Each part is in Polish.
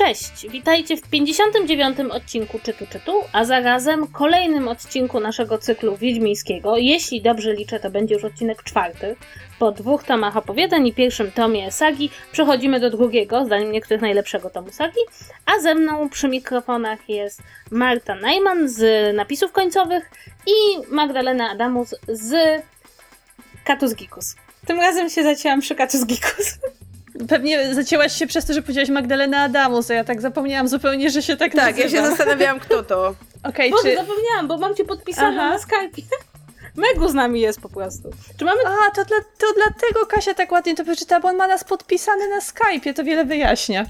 Cześć, witajcie w 59. odcinku Czytu, a zarazem kolejnym odcinku naszego cyklu wiedźmińskiego. Jeśli dobrze liczę, to będzie już odcinek 4. Po 2 tomach opowiadań i pierwszym tomie sagi przechodzimy do drugiego, zdaniem niektórych najlepszego tomu sagi, a ze mną przy mikrofonach jest Marta Najman z napisów końcowych i Magdalena Adamus z Catus Gicus. Tym razem się zacięłam przy Catus Gicus. Pewnie zacięłaś się przez to, że powiedziałaś Magdalena Adamus, a ja tak zapomniałam zupełnie, że się tak nazywa. Tak, ja się zastanawiałam, kto to. Okej, czy... zapomniałam, bo mam cię podpisaną na Skype'ie. Megu z nami jest po prostu. Czy mamy... To dlatego Kasia tak ładnie to przeczytała, bo on ma nas podpisane na Skype'ie, to wiele wyjaśnia.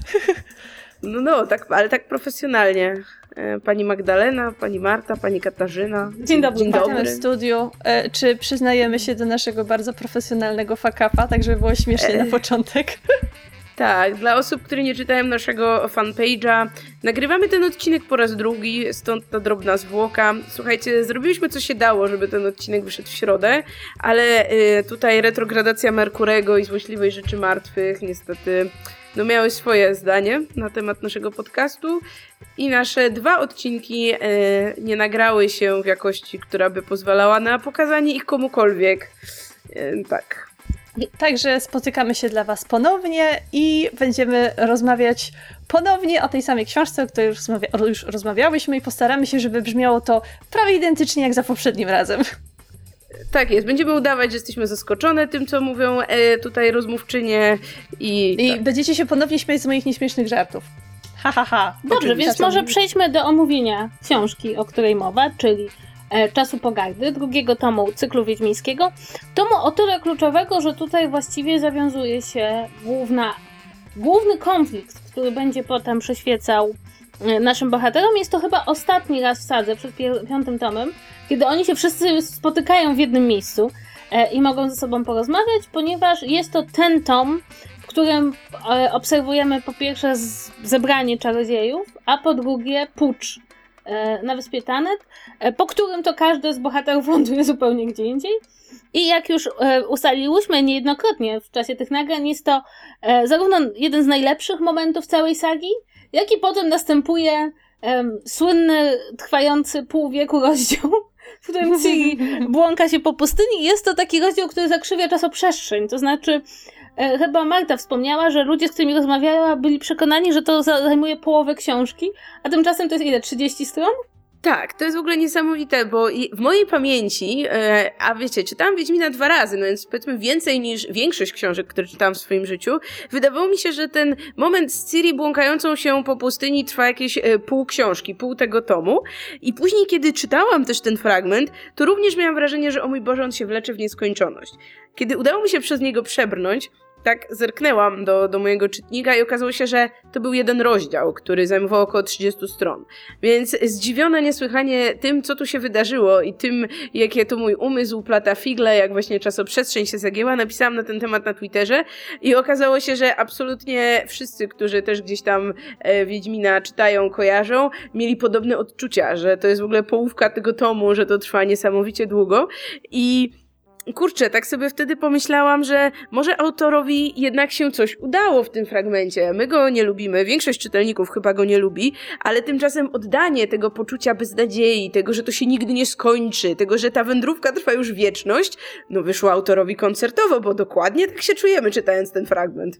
No, tak, ale tak profesjonalnie. Pani Magdalena, pani Marta, pani Katarzyna. Dzień dobry. Dzień dobry. W studiu. Czy przyznajemy się do naszego bardzo profesjonalnego fuck-upa, tak żeby było śmiesznie na początek? Tak, dla osób, które nie czytają naszego fanpage'a, nagrywamy ten odcinek po raz drugi, stąd ta drobna zwłoka. Słuchajcie, zrobiliśmy co się dało, żeby ten odcinek wyszedł w środę, ale tutaj retrogradacja Merkurego i złośliwej rzeczy martwych niestety miały swoje zdanie na temat naszego podcastu i nasze 2 odcinki nie nagrały się w jakości, która by pozwalała na pokazanie ich komukolwiek. Tak. Także spotykamy się dla was ponownie i będziemy rozmawiać ponownie o tej samej książce, o której już rozmawiałyśmy i postaramy się, żeby brzmiało to prawie identycznie jak za poprzednim razem. Tak jest, będziemy udawać, że jesteśmy zaskoczone tym, co mówią tutaj rozmówczynie i tak. Będziecie się ponownie śmiać z moich nieśmiesznych żartów. Ha, ha, ha. Dobrze, więc może przejdźmy do omówienia książki, o której mowa, czyli Czasu Pogardy, drugiego tomu cyklu wiedźmińskiego. Tomu o tyle kluczowego, że tutaj właściwie zawiązuje się główny konflikt, który będzie potem przyświecał naszym bohaterom. Jest to chyba ostatni raz w sadze przed 5. tomem, kiedy oni się wszyscy spotykają w jednym miejscu i mogą ze sobą porozmawiać, ponieważ jest to ten tom, w którym obserwujemy po pierwsze zebranie czarodziejów, a po drugie pucz na wyspie Tanet, po którym to każdy z bohaterów ląduje zupełnie gdzie indziej. I jak już ustaliłyśmy niejednokrotnie w czasie tych nagrań, jest to zarówno jeden z najlepszych momentów całej sagi, jak i potem następuje słynny, trwający pół wieku rozdział, w którym Ciri błąka się po pustyni. Jest to taki rozdział, który zakrzywia czasoprzestrzeń. To znaczy, chyba Marta wspomniała, że ludzie, z którymi rozmawiała, byli przekonani, że to zajmuje połowę książki, a tymczasem to jest ile? 30 stron? Tak, to jest w ogóle niesamowite, bo w mojej pamięci, a wiecie, czytałam Wiedźmina 2 razy, no więc powiedzmy więcej niż większość książek, które czytałam w swoim życiu, wydawało mi się, że ten moment z Ciri błąkającą się po pustyni trwa jakieś pół książki, pół tego tomu i później, kiedy czytałam też ten fragment, to również miałam wrażenie, że o mój Boże, on się wlecze w nieskończoność. Kiedy udało mi się przez niego przebrnąć, tak zerknęłam do mojego czytnika i okazało się, że to był jeden rozdział, który zajmował około 30 stron. Więc zdziwiona niesłychanie tym, co tu się wydarzyło i tym, jakie to mój umysł plata figle, jak właśnie czasoprzestrzeń się zagięła, napisałam na ten temat na Twitterze i okazało się, że absolutnie wszyscy, którzy też gdzieś tam Wiedźmina czytają, kojarzą, mieli podobne odczucia, że to jest w ogóle połówka tego tomu, że to trwa niesamowicie długo i kurczę, tak sobie wtedy pomyślałam, że może autorowi jednak się coś udało w tym fragmencie. My go nie lubimy, większość czytelników chyba go nie lubi, ale tymczasem oddanie tego poczucia beznadziei, tego, że to się nigdy nie skończy, tego, że ta wędrówka trwa już wieczność, wyszło autorowi koncertowo, bo dokładnie tak się czujemy czytając ten fragment.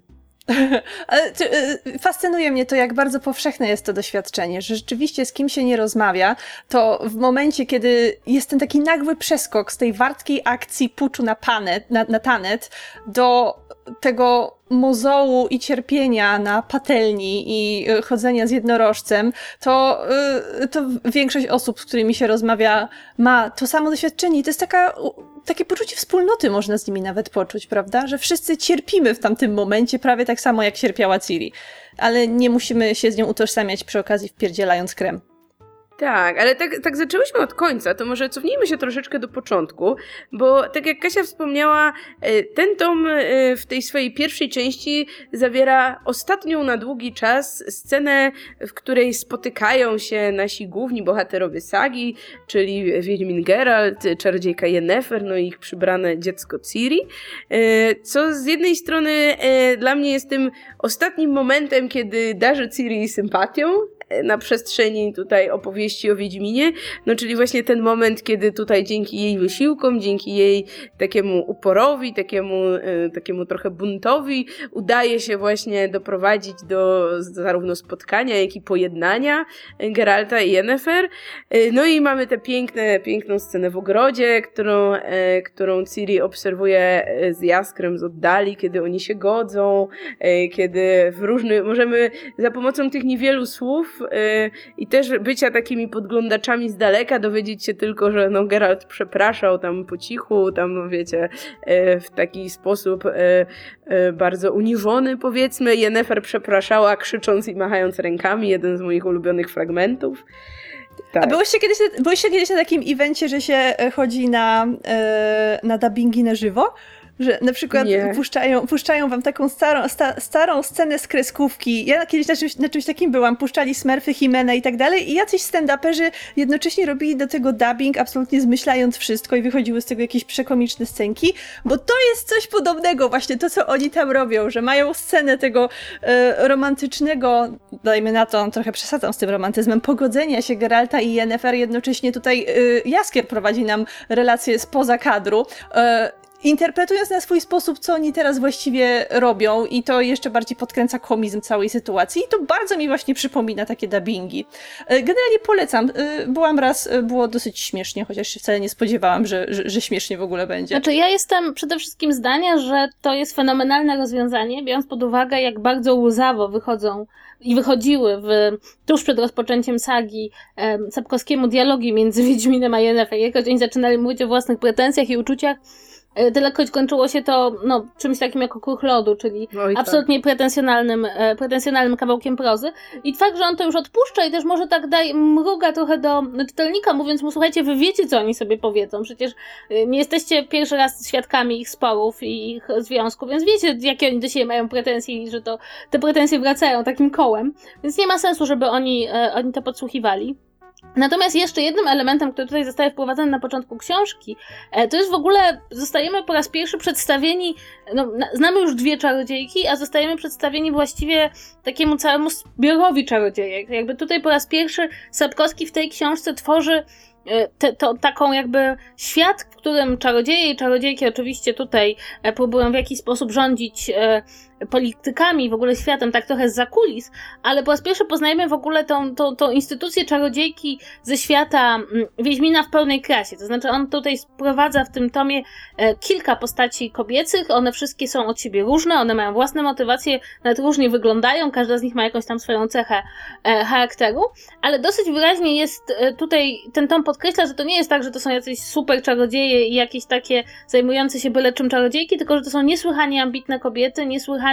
Fascynuje mnie to, jak bardzo powszechne jest to doświadczenie, że rzeczywiście z kim się nie rozmawia, to w momencie, kiedy jest ten taki nagły przeskok z tej wartkiej akcji puczu na Tanet do tego mozołu i cierpienia na patelni i chodzenia z jednorożcem, to większość osób, z którymi się rozmawia, ma to samo doświadczenie i to jest takie poczucie wspólnoty można z nimi nawet poczuć, prawda? Że wszyscy cierpimy w tamtym momencie prawie tak samo, jak cierpiała Ciri. Ale nie musimy się z nią utożsamiać przy okazji wpierdzielając krem. Tak, ale tak zaczęłyśmy od końca, to może cofnijmy się troszeczkę do początku, bo tak jak Kasia wspomniała, ten tom w tej swojej pierwszej części zawiera ostatnią na długi czas scenę, w której spotykają się nasi główni bohaterowie sagi, czyli Wiedźmin Geralt, czarodziejka Yennefer, no i ich przybrane dziecko Ciri, co z jednej strony dla mnie jest tym ostatnim momentem, kiedy darzy Ciri sympatią na przestrzeni tutaj opowieści o Wiedźminie, no czyli właśnie ten moment, kiedy tutaj dzięki jej wysiłkom, dzięki jej takiemu uporowi, takiemu trochę buntowi udaje się właśnie doprowadzić do zarówno spotkania, jak i pojednania Geralta i Yennefer. No i mamy tę piękną scenę w ogrodzie, którą Ciri obserwuje z Jaskrem z oddali, kiedy oni się godzą, kiedy możemy za pomocą tych niewielu słów i też bycia takimi podglądaczami z daleka dowiedzieć się tylko, że no Geralt przepraszał tam po cichu, tam no wiecie, w taki sposób bardzo uniżony powiedzmy. Yennefer przepraszała krzycząc i machając rękami, jeden z moich ulubionych fragmentów. Tak. A byłyście kiedyś na takim evencie, że się chodzi na dubbingi na żywo? Że na przykład puszczają wam taką starą scenę z kreskówki. Ja kiedyś na czymś takim byłam. Puszczali Smurfy, Himena i tak dalej i jacyś stand-uperzy jednocześnie robili do tego dubbing, absolutnie zmyślając wszystko i wychodziły z tego jakieś przekomiczne scenki, bo to jest coś podobnego właśnie, to co oni tam robią, że mają scenę tego romantycznego, dajmy na to, trochę przesadzam z tym romantyzmem, pogodzenia się Geralta i Yennefer, jednocześnie tutaj Jaskier prowadzi nam relacje spoza kadru, interpretując na swój sposób, co oni teraz właściwie robią i to jeszcze bardziej podkręca komizm całej sytuacji i to bardzo mi właśnie przypomina takie dubbingi. Generalnie polecam. Byłam raz, było dosyć śmiesznie, chociaż się wcale nie spodziewałam, że śmiesznie w ogóle będzie. Znaczy ja jestem przede wszystkim zdania, że to jest fenomenalne rozwiązanie, biorąc pod uwagę, jak bardzo łzawo wychodzą i wychodziły tuż przed rozpoczęciem sagi Sapkowskiemu dialogi między Wiedźminem a Yennefer. Jak oni zaczynali mówić o własnych pretensjach i uczuciach, tylekroć kończyło się to czymś takim jak Kruch Lodu, czyli absolutnie pretensjonalnym kawałkiem prozy. I fakt, że on to już odpuszcza i też może tak mruga trochę do czytelnika, mówiąc mu, słuchajcie, wy wiecie, co oni sobie powiedzą. Przecież nie jesteście pierwszy raz świadkami ich sporów i ich związku, więc wiecie, jakie oni do siebie mają pretensje i że te pretensje wracają takim kołem. Więc nie ma sensu, żeby oni to podsłuchiwali. Natomiast jeszcze jednym elementem, który tutaj zostaje wprowadzony na początku książki, to jest w ogóle, zostajemy po raz pierwszy przedstawieni, znamy już 2 czarodziejki, a zostajemy przedstawieni właściwie takiemu całemu zbiorowi czarodziejek. Jakby tutaj po raz pierwszy Sapkowski w tej książce tworzy taką jakby świat, w którym czarodzieje i czarodziejki oczywiście tutaj próbują w jakiś sposób rządzić politykami, w ogóle światem, tak trochę zza kulis, ale po raz pierwszy poznajemy w ogóle tą instytucję czarodziejki ze świata Wiedźmina w pełnej krasie. To znaczy on tutaj sprowadza w tym tomie kilka postaci kobiecych, one wszystkie są od siebie różne, one mają własne motywacje, nawet różnie wyglądają, każda z nich ma jakąś tam swoją cechę charakteru, ale dosyć wyraźnie jest tutaj, ten tom podkreśla, że to nie jest tak, że to są jacyś super czarodzieje i jakieś takie zajmujące się byle czym czarodziejki, tylko że to są niesłychanie ambitne kobiety, niesłychanie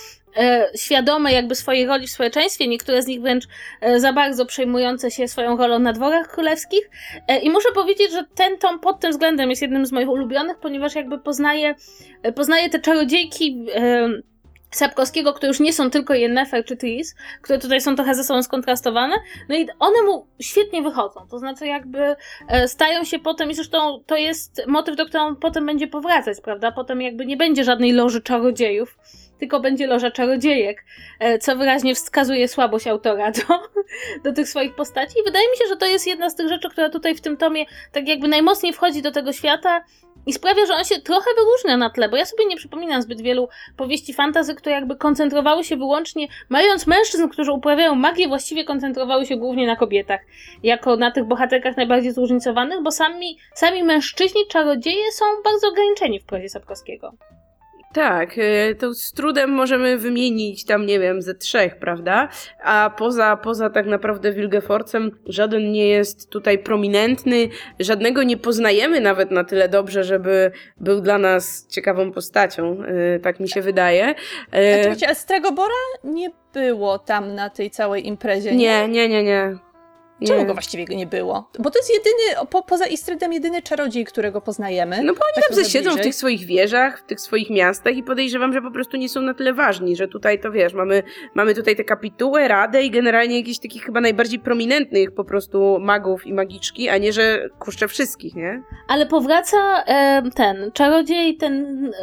świadome jakby swojej roli w społeczeństwie, niektóre z nich wręcz za bardzo przejmujące się swoją rolą na dworach królewskich. I muszę powiedzieć, że ten tom pod tym względem jest jednym z moich ulubionych, ponieważ jakby poznaje te czarodziejki Sapkowskiego, które już nie są tylko Yennefer czy Triss, które tutaj są trochę ze sobą skontrastowane, no i one mu świetnie wychodzą, to znaczy jakby stają się potem, i zresztą to jest motyw, do którego on potem będzie powracać, prawda, potem jakby nie będzie żadnej loży czarodziejów, tylko będzie loża czarodziejek, co wyraźnie wskazuje słabość autora do tych swoich postaci i wydaje mi się, że to jest jedna z tych rzeczy, która tutaj w tym tomie tak jakby najmocniej wchodzi do tego świata i sprawia, że on się trochę wyróżnia na tle, bo ja sobie nie przypominam zbyt wielu powieści fantasy, które jakby koncentrowały się wyłącznie, mając mężczyzn, którzy uprawiają magię, właściwie koncentrowały się głównie na kobietach, jako na tych bohaterkach najbardziej zróżnicowanych, bo sami mężczyźni, czarodzieje są bardzo ograniczeni w prozie Sapkowskiego. Tak, to z trudem możemy wymienić tam, nie wiem, ze 3, prawda? A poza tak naprawdę Wilgefortzem żaden nie jest tutaj prominentny, żadnego nie poznajemy nawet na tyle dobrze, żeby był dla nas ciekawą postacią, tak mi się wydaje. A Stregobora nie było tam na tej całej imprezie, nie? Nie. Czemu go właściwie nie było? Bo to jest jedyny, poza Istrydem, jedyny czarodziej, którego poznajemy. No bo oni tam siedzą w tych swoich wieżach, w tych swoich miastach i podejrzewam, że po prostu nie są na tyle ważni, że tutaj to wiesz, mamy tutaj tę kapitułę, radę i generalnie jakichś takich chyba najbardziej prominentnych po prostu magów i magiczki, a nie, że kurczę wszystkich, nie? Ale powraca ten czarodziej, ten...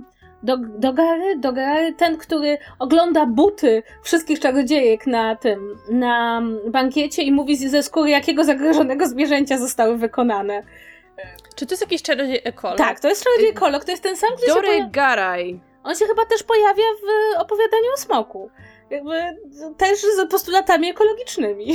Dogary, ten, który ogląda buty wszystkich czarodziejek na bankiecie i mówi, ze skóry jakiego zagrożonego zwierzęcia zostały wykonane. Czy to jest jakiś czarodziej ekolog? Tak, to jest czarodziej ekolog, to jest ten sam, który Doregaraj. On się chyba też pojawia w opowiadaniu o smoku. Jakby też z postulatami ekologicznymi.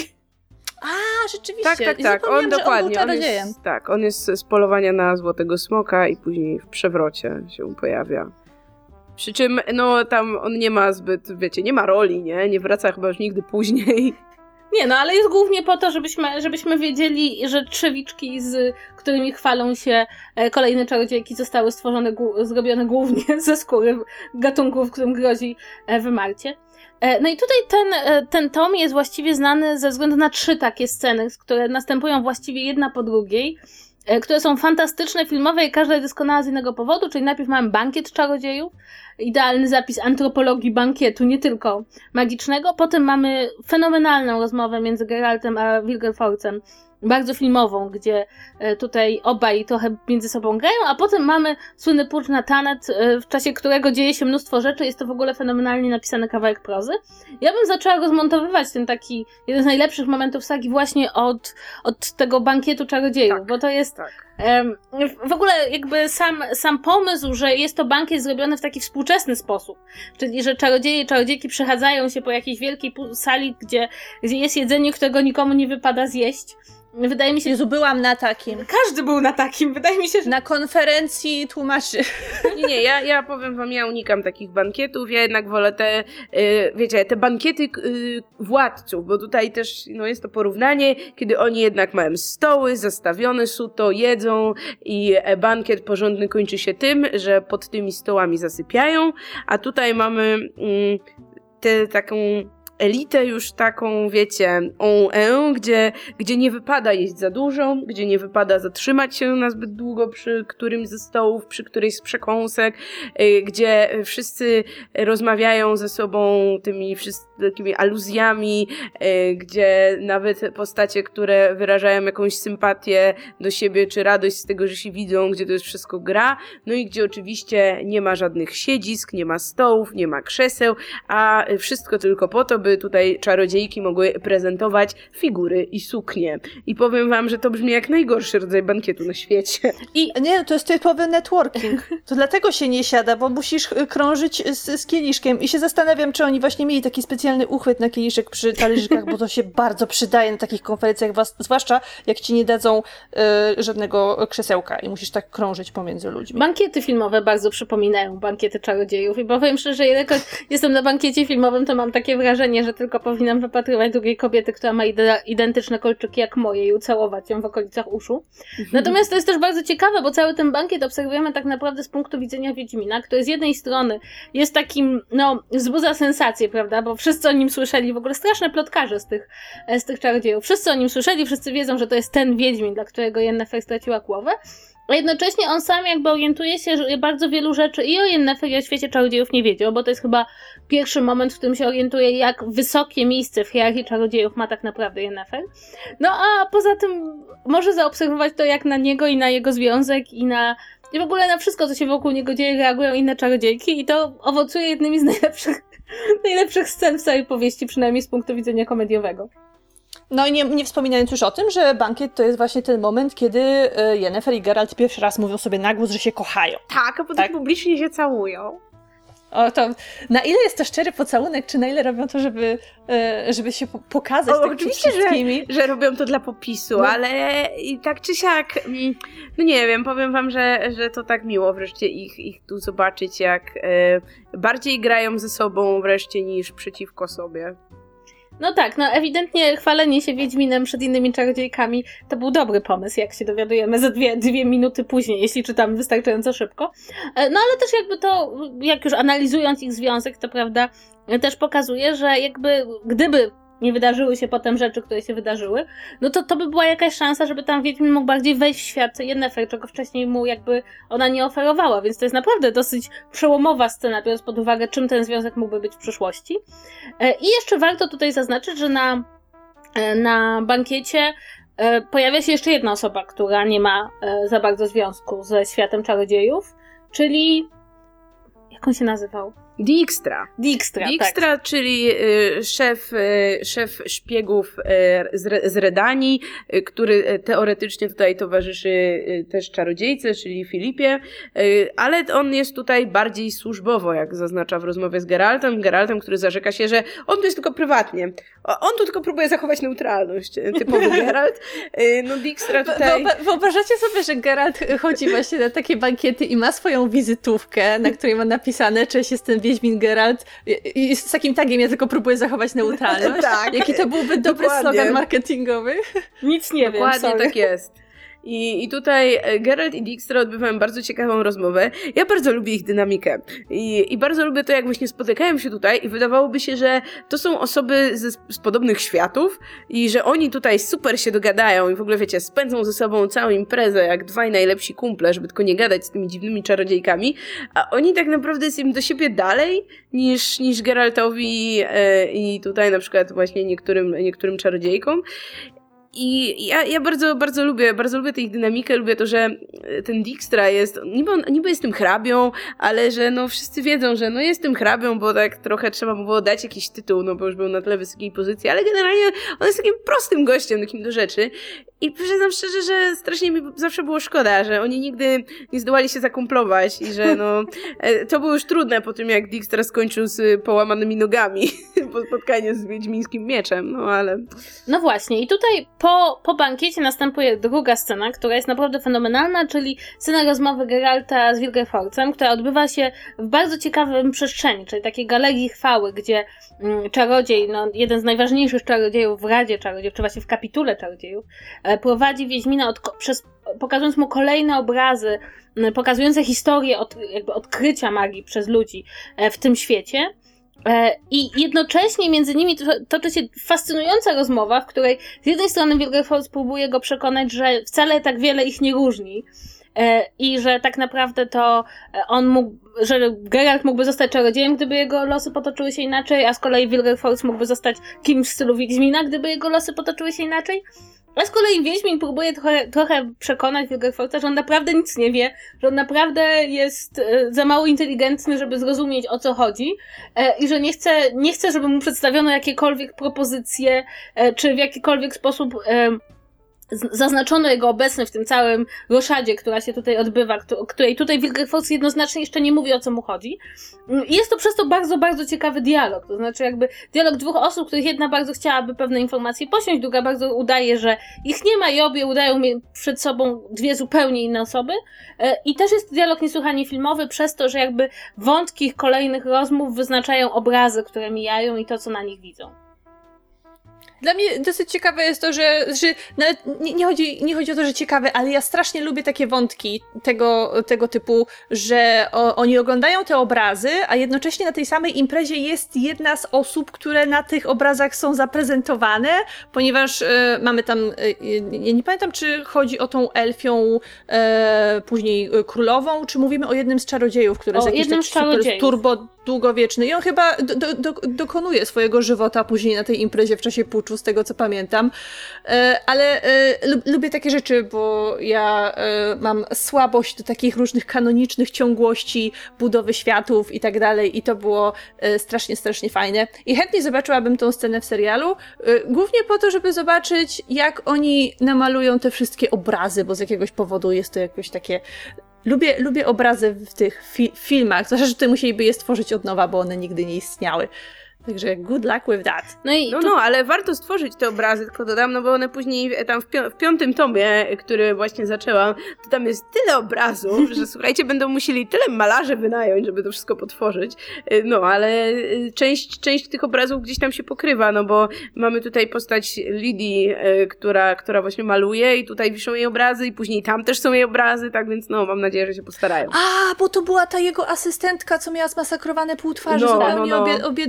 A, rzeczywiście. Tak, on dokładnie. On jest z polowania na złotego smoka i później w przewrocie się pojawia. Przy czym, no tam on nie ma zbyt, wiecie, nie ma roli, nie wraca chyba już nigdy później. Nie, no ale jest głównie po to, żebyśmy wiedzieli, że trzewiczki, z którymi chwalą się kolejne czarodziejki, zostały zrobione głównie ze skóry gatunku, w którym grozi wymarcie. No i tutaj ten tom jest właściwie znany ze względu na 3 takie sceny, które następują właściwie jedna po drugiej, które są fantastyczne, filmowe i każda jest doskonała z innego powodu, czyli najpierw mamy bankiet czarodziejów, idealny zapis antropologii bankietu, nie tylko magicznego, potem mamy fenomenalną rozmowę między Geraltem a Wilgerforcem, bardzo filmową, gdzie tutaj obaj trochę między sobą grają, a potem mamy słynny pucz na Thanet, w czasie którego dzieje się mnóstwo rzeczy, jest to w ogóle fenomenalnie napisany kawałek prozy. Ja bym zaczęła rozmontowywać ten taki, jeden z najlepszych momentów sagi właśnie od tego bankietu czarodziejów, bo to jest w ogóle jakby sam pomysł, że jest to bankiet zrobiony w taki współczesny sposób, czyli że czarodzieje i czarodziejki przechadzają się po jakiejś wielkiej sali, gdzie jest jedzenie, którego nikomu nie wypada zjeść. Wydaje mi się... Jezu, byłam na takim. Każdy był na takim. Wydaje mi się, że... Na konferencji tłumaczy. Nie, ja powiem wam, ja unikam takich bankietów, ja jednak wolę te, wiecie, te bankiety władców, bo tutaj też, no jest to porównanie, kiedy oni jednak mają stoły, zastawione suto, jedzą i bankiet porządny kończy się tym, że pod tymi stołami zasypiają, a tutaj mamy taką elitę już taką, wiecie, gdzie nie wypada jeść za dużo, gdzie nie wypada zatrzymać się na zbyt długo przy którymś ze stołów, przy którejś z przekąsek, gdzie wszyscy rozmawiają ze sobą tymi wszystkimi aluzjami, gdzie nawet postacie, które wyrażają jakąś sympatię do siebie, czy radość z tego, że się widzą, gdzie to jest wszystko gra, no i gdzie oczywiście nie ma żadnych siedzisk, nie ma stołów, nie ma krzeseł, a wszystko tylko po to, by tutaj czarodziejki mogły prezentować figury i suknie. I powiem wam, że to brzmi jak najgorszy rodzaj bankietu na świecie. Nie, to jest typowy networking. To dlatego się nie siada, bo musisz krążyć z kieliszkiem i się zastanawiam, czy oni właśnie mieli taki specjalny uchwyt na kieliszek przy talerzykach, bo to się bardzo przydaje na takich konferencjach, zwłaszcza jak ci nie dadzą żadnego krzesełka i musisz tak krążyć pomiędzy ludźmi. Bankiety filmowe bardzo przypominają bankiety czarodziejów i powiem szczerze, jelekroć jestem na bankiecie filmowym, to mam takie wrażenie, że tylko powinnam wypatrywać drugiej kobiety, która ma identyczne kolczyki jak moje i ucałować ją w okolicach uszu. Natomiast to jest też bardzo ciekawe, bo cały ten bankiet obserwujemy tak naprawdę z punktu widzenia Wiedźmina, który z jednej strony jest takim, wzbudza sensację, prawda, bo wszyscy o nim słyszeli, w ogóle straszne plotkarze z tych czarodziejów. Wszyscy o nim słyszeli, wszyscy wiedzą, że to jest ten Wiedźmin, dla którego Yennefer straciła głowę. A jednocześnie on sam jakby orientuje się, że bardzo wielu rzeczy i o Yennefer, i o świecie czarodziejów nie wiedział, bo to jest chyba pierwszy moment, w którym się orientuje, jak wysokie miejsce w hierarchii czarodziejów ma tak naprawdę Yennefer. No a poza tym może zaobserwować to, jak na niego i na jego związek i w ogóle na wszystko, co się wokół niego dzieje, reagują inne czarodziejki i to owocuje jednymi z najlepszych scen w całej powieści, przynajmniej z punktu widzenia komediowego. No i nie wspominając już o tym, że bankiet to jest właśnie ten moment, kiedy Yennefer i Geralt pierwszy raz mówią sobie na głos, że się kochają. Tak, a potem publicznie się całują. O, to na ile jest to szczery pocałunek, czy na ile robią to, żeby się pokazać tak przed wszystkimi? Że robią to dla popisu, ale i tak czy siak, no nie wiem, powiem wam, że to tak miło wreszcie ich tu zobaczyć, jak bardziej grają ze sobą wreszcie niż przeciwko sobie. No tak, ewidentnie chwalenie się Wiedźminem przed innymi czarodziejkami to był dobry pomysł, jak się dowiadujemy za dwie minuty później, jeśli czytamy wystarczająco szybko. No ale też jakby to, jak już analizując ich związek, to prawda, też pokazuje, że jakby gdyby nie wydarzyły się potem rzeczy, które się wydarzyły, no to by była jakaś szansa, żeby tam Wiedźmin mógł bardziej wejść w świat Yennefer, czego wcześniej mu jakby ona nie oferowała, więc to jest naprawdę dosyć przełomowa scena, biorąc pod uwagę, czym ten związek mógłby być w przyszłości. I jeszcze warto tutaj zaznaczyć, że na bankiecie pojawia się jeszcze jedna osoba, która nie ma za bardzo związku ze światem czarodziejów, czyli... Jak on się nazywał? Dijkstra, tak. czyli szef szpiegów z Redanii, który teoretycznie tutaj towarzyszy też czarodziejce, czyli Filipie, ale on jest tutaj bardziej służbowo, jak zaznacza w rozmowie z Geraltem, który zarzeka się, że on tu jest tylko prywatnie. On tu tylko próbuje zachować neutralność, typowo Geralt. No Dijkstra tutaj... Wyobrażacie sobie, że Geralt chodzi właśnie na takie bankiety i ma swoją wizytówkę, na której ma napisane: cześć, jestem Wiedźmin Geralt, i z takim tagiem: ja tylko próbuję zachować neutralność. Tak. Jaki to byłby dobry slogan marketingowy? Nic nie wiem. Dokładnie tak jest. I tutaj Geralt i Dijkstra odbywają bardzo ciekawą rozmowę. Ja bardzo lubię ich dynamikę. I bardzo lubię to, jak właśnie spotykają się tutaj i wydawałoby się, że to są osoby z podobnych światów i że oni tutaj super się dogadają i w ogóle, wiecie, spędzą ze sobą całą imprezę jak dwaj najlepsi kumple, żeby tylko nie gadać z tymi dziwnymi czarodziejkami, a oni tak naprawdę są do siebie dalej niż Geraltowi i tutaj na przykład właśnie niektórym czarodziejkom. I ja bardzo lubię tę ich dynamikę, lubię to, że ten Dijkstra jest, niby jest tym hrabią, ale że no wszyscy wiedzą, że no jest tym hrabią, bo tak trochę trzeba mu było dać jakiś tytuł, no bo już był na tyle wysokiej pozycji, ale generalnie on jest takim prostym gościem, takim do rzeczy. I przyznam szczerze, że strasznie mi zawsze było szkoda, że oni nigdy nie zdołali się zakumplować i że no to było już trudne po tym, jak Dijkstra skończył z połamanymi nogami po spotkaniu z Wiedźmińskim mieczem, no ale... No właśnie, i tutaj po bankiecie następuje druga scena, która jest naprawdę fenomenalna, czyli scena rozmowy Geralta z Wilgefortzem, która odbywa się w bardzo ciekawym przestrzeni, czyli takiej galerii chwały, gdzie czarodziej, no jeden z najważniejszych czarodziejów w Radzie Czarodziejów, czy właśnie w kapitule czarodziejów, prowadzi Wiedźmina pokazując mu kolejne obrazy, pokazujące historię jakby odkrycia magii przez ludzi w tym świecie. I jednocześnie między nimi toczy się fascynująca rozmowa, w której z jednej strony Wilgefortz próbuje go przekonać, że wcale tak wiele ich nie różni i że tak naprawdę to że Geralt mógłby zostać czarodziejem, gdyby jego losy potoczyły się inaczej, a z kolei Wilgefortz mógłby zostać kimś w stylu Wiedźmina, gdyby jego losy potoczyły się inaczej. A z kolei Wiedźmin próbuje trochę przekonać Wilgefortza, że on naprawdę nic nie wie, że on naprawdę jest za mało inteligentny, żeby zrozumieć, o co chodzi i że nie chce, żeby mu przedstawiono jakiekolwiek propozycje, czy w jakikolwiek sposób zaznaczono jego obecność w tym całym roszadzie, która się tutaj odbywa, której tutaj Wilgefortz jednoznacznie jeszcze nie mówi, o co mu chodzi. I jest to przez to bardzo, bardzo ciekawy dialog. To znaczy jakby dialog dwóch osób, których jedna bardzo chciałaby pewne informacje posiąść, druga bardzo udaje, że ich nie ma i obie udają przed sobą dwie zupełnie inne osoby. I też jest dialog niesłychanie filmowy przez to, że jakby wątki ich kolejnych rozmów wyznaczają obrazy, które mijają i to, co na nich widzą. Dla mnie dosyć ciekawe jest to, że nawet nie chodzi o to, że ciekawe, ale ja strasznie lubię takie wątki tego typu, że oni oglądają te obrazy, a jednocześnie na tej samej imprezie jest jedna z osób, które na tych obrazach są zaprezentowane, ponieważ mamy tam, ja nie pamiętam, czy chodzi o tą elfią później królową, czy mówimy o jednym z czarodziejów, który jest jakiś taki super turbo długowieczny i on chyba dokonuje swojego żywota później na tej imprezie w czasie puczu, z tego co pamiętam. Ale lubię takie rzeczy, bo ja mam słabość do takich różnych kanonicznych ciągłości budowy światów i tak dalej i to było strasznie, strasznie fajne. I chętnie zobaczyłabym tą scenę w serialu, głównie po to, żeby zobaczyć, jak oni namalują te wszystkie obrazy, bo z jakiegoś powodu jest to jakoś takie... Lubię obrazy w tych filmach, zwłaszcza, że tutaj musieliby je stworzyć od nowa, bo one nigdy nie istniały. Także good luck with that. No, ale warto stworzyć te obrazy, tylko dodam, no bo one później tam w 5. tomie, który właśnie zaczęłam, to tam jest tyle obrazów, że słuchajcie, będą musieli tyle malarzy wynająć, żeby to wszystko potworzyć. No, ale część tych obrazów gdzieś tam się pokrywa, no bo mamy tutaj postać Lidii, która właśnie maluje i tutaj wiszą jej obrazy i później tam też są jej obrazy, tak więc no, mam nadzieję, że się postarają. Bo to była ta jego asystentka, co miała zmasakrowane pół twarzy, zupełnie o biedaczce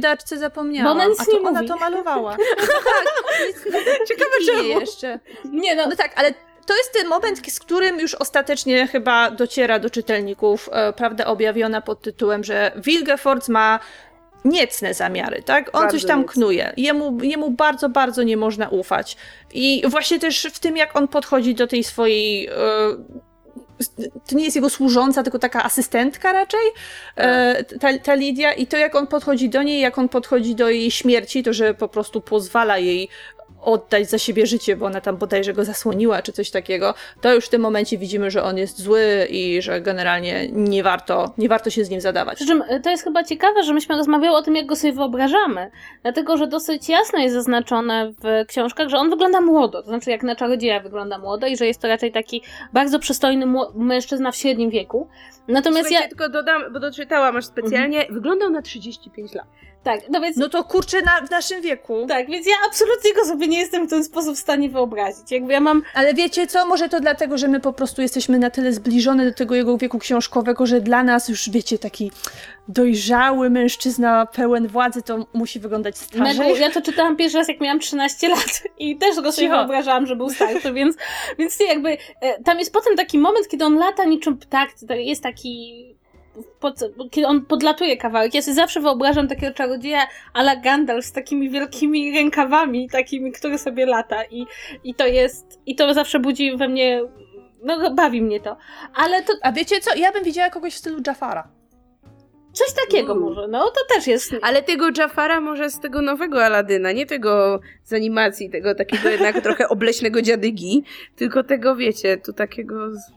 zapomniałam. Bo ona nic nie ona mówi. to malowała. No tak, Ciekawe czemu. jeszcze. Nie no. No tak, ale to jest ten moment, z którym już ostatecznie chyba dociera do czytelników prawda objawiona pod tytułem, że Wilgefortz ma niecne zamiary, tak? On Bardzo coś tam niecne. knuje. Jemu bardzo, bardzo nie można ufać. I właśnie też w tym, jak on podchodzi do tej swojej... to nie jest jego służąca, tylko taka asystentka raczej, ta Lidia, i to jak on podchodzi do niej, jak on podchodzi do jej śmierci, to że po prostu pozwala jej oddać za siebie życie, bo ona tam bodajże go zasłoniła, czy coś takiego, to już w tym momencie widzimy, że on jest zły i że generalnie nie warto się z nim zadawać. Przy czym to jest chyba ciekawe, że myśmy rozmawiały o tym, jak go sobie wyobrażamy, dlatego, że dosyć jasno jest zaznaczone w książkach, że on wygląda młodo, to znaczy jak na czarodzieja wygląda młodo i że jest to raczej taki bardzo przystojny mężczyzna w średnim wieku. Natomiast Słuchajcie, tylko dodam, bo doczytałam aż specjalnie, wyglądał na 35 lat. Tak, no więc... No to kurczę, w naszym wieku. Tak, więc ja absolutnie go sobie nie jestem w ten sposób w stanie wyobrazić. Jakby ja mam... Ale wiecie co? Może to dlatego, że my po prostu jesteśmy na tyle zbliżone do tego jego wieku książkowego, że dla nas już, wiecie, taki dojrzały mężczyzna pełen władzy to musi wyglądać starzej. Megu, ja to czytałam pierwszy raz, jak miałam 13 lat i też go sobie wyobrażałam, że był starszy, więc nie, jakby tam jest potem taki moment, kiedy on lata niczym ptak, jest taki... kiedy on podlatuje kawałek. Ja sobie zawsze wyobrażam takiego czarodzieja a la Gandalf z takimi wielkimi rękawami, takimi, który sobie lata i to zawsze budzi we mnie, no bawi mnie to. Ale to... A wiecie co? Ja bym widziała kogoś w stylu Jafara. Coś takiego może, no to też jest... Ale tego Jafara może z tego nowego Aladyna, nie tego z animacji, tego takiego jednak trochę obleśnego dziadygi, tylko tego, wiecie, tu takiego...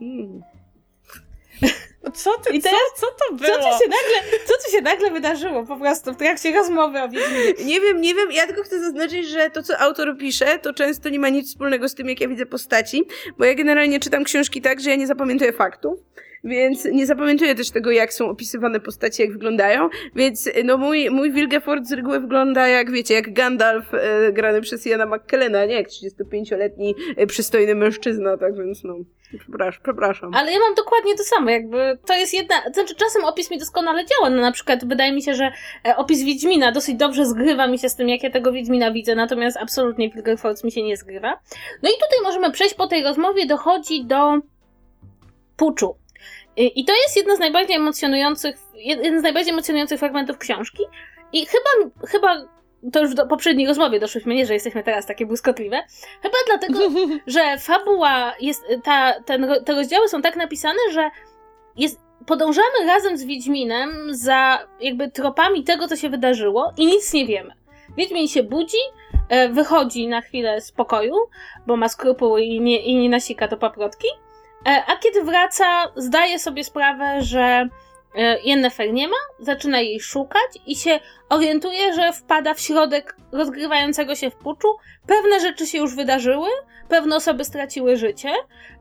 Co to było? Co tu się nagle wydarzyło po prostu w trakcie rozmowy o Wiedźminie? Nie wiem, ja tylko chcę zaznaczyć, że to, co autor pisze, to często nie ma nic wspólnego z tym, jak ja widzę postaci, bo ja generalnie czytam książki tak, że ja nie zapamiętuję faktów, więc nie zapamiętuję też tego, jak są opisywane postacie, jak wyglądają, więc no mój Wilgefortz z reguły wygląda jak, wiecie, jak Gandalf grany przez Iana McKellena, nie jak 35-letni przystojny mężczyzna, tak więc no... Przepraszam. Ale ja mam dokładnie to samo, jakby to jest znaczy czasem opis mi doskonale działa, no na przykład wydaje mi się, że opis Wiedźmina dosyć dobrze zgrywa mi się z tym, jak ja tego Wiedźmina widzę, natomiast absolutnie Wilgefortz mi się nie zgrywa. No i tutaj możemy przejść po tej rozmowie, dochodzi do puczu. I to jest jeden z najbardziej emocjonujących fragmentów książki i chyba to już w poprzedniej rozmowie doszłyśmy, nie, że jesteśmy teraz takie błyskotliwe. Chyba dlatego, że fabuła jest, te rozdziały są tak napisane, że podążamy razem z Wiedźminem za jakby tropami tego, co się wydarzyło i nic nie wiemy. Wiedźmin się budzi, wychodzi na chwilę z pokoju, bo ma skrupuły i nie nasika to paprotki, a kiedy wraca, zdaje sobie sprawę, że Yennefer nie ma, zaczyna jej szukać i się orientuje, że wpada w środek rozgrywającego się w puczu. Pewne rzeczy się już wydarzyły, pewne osoby straciły życie.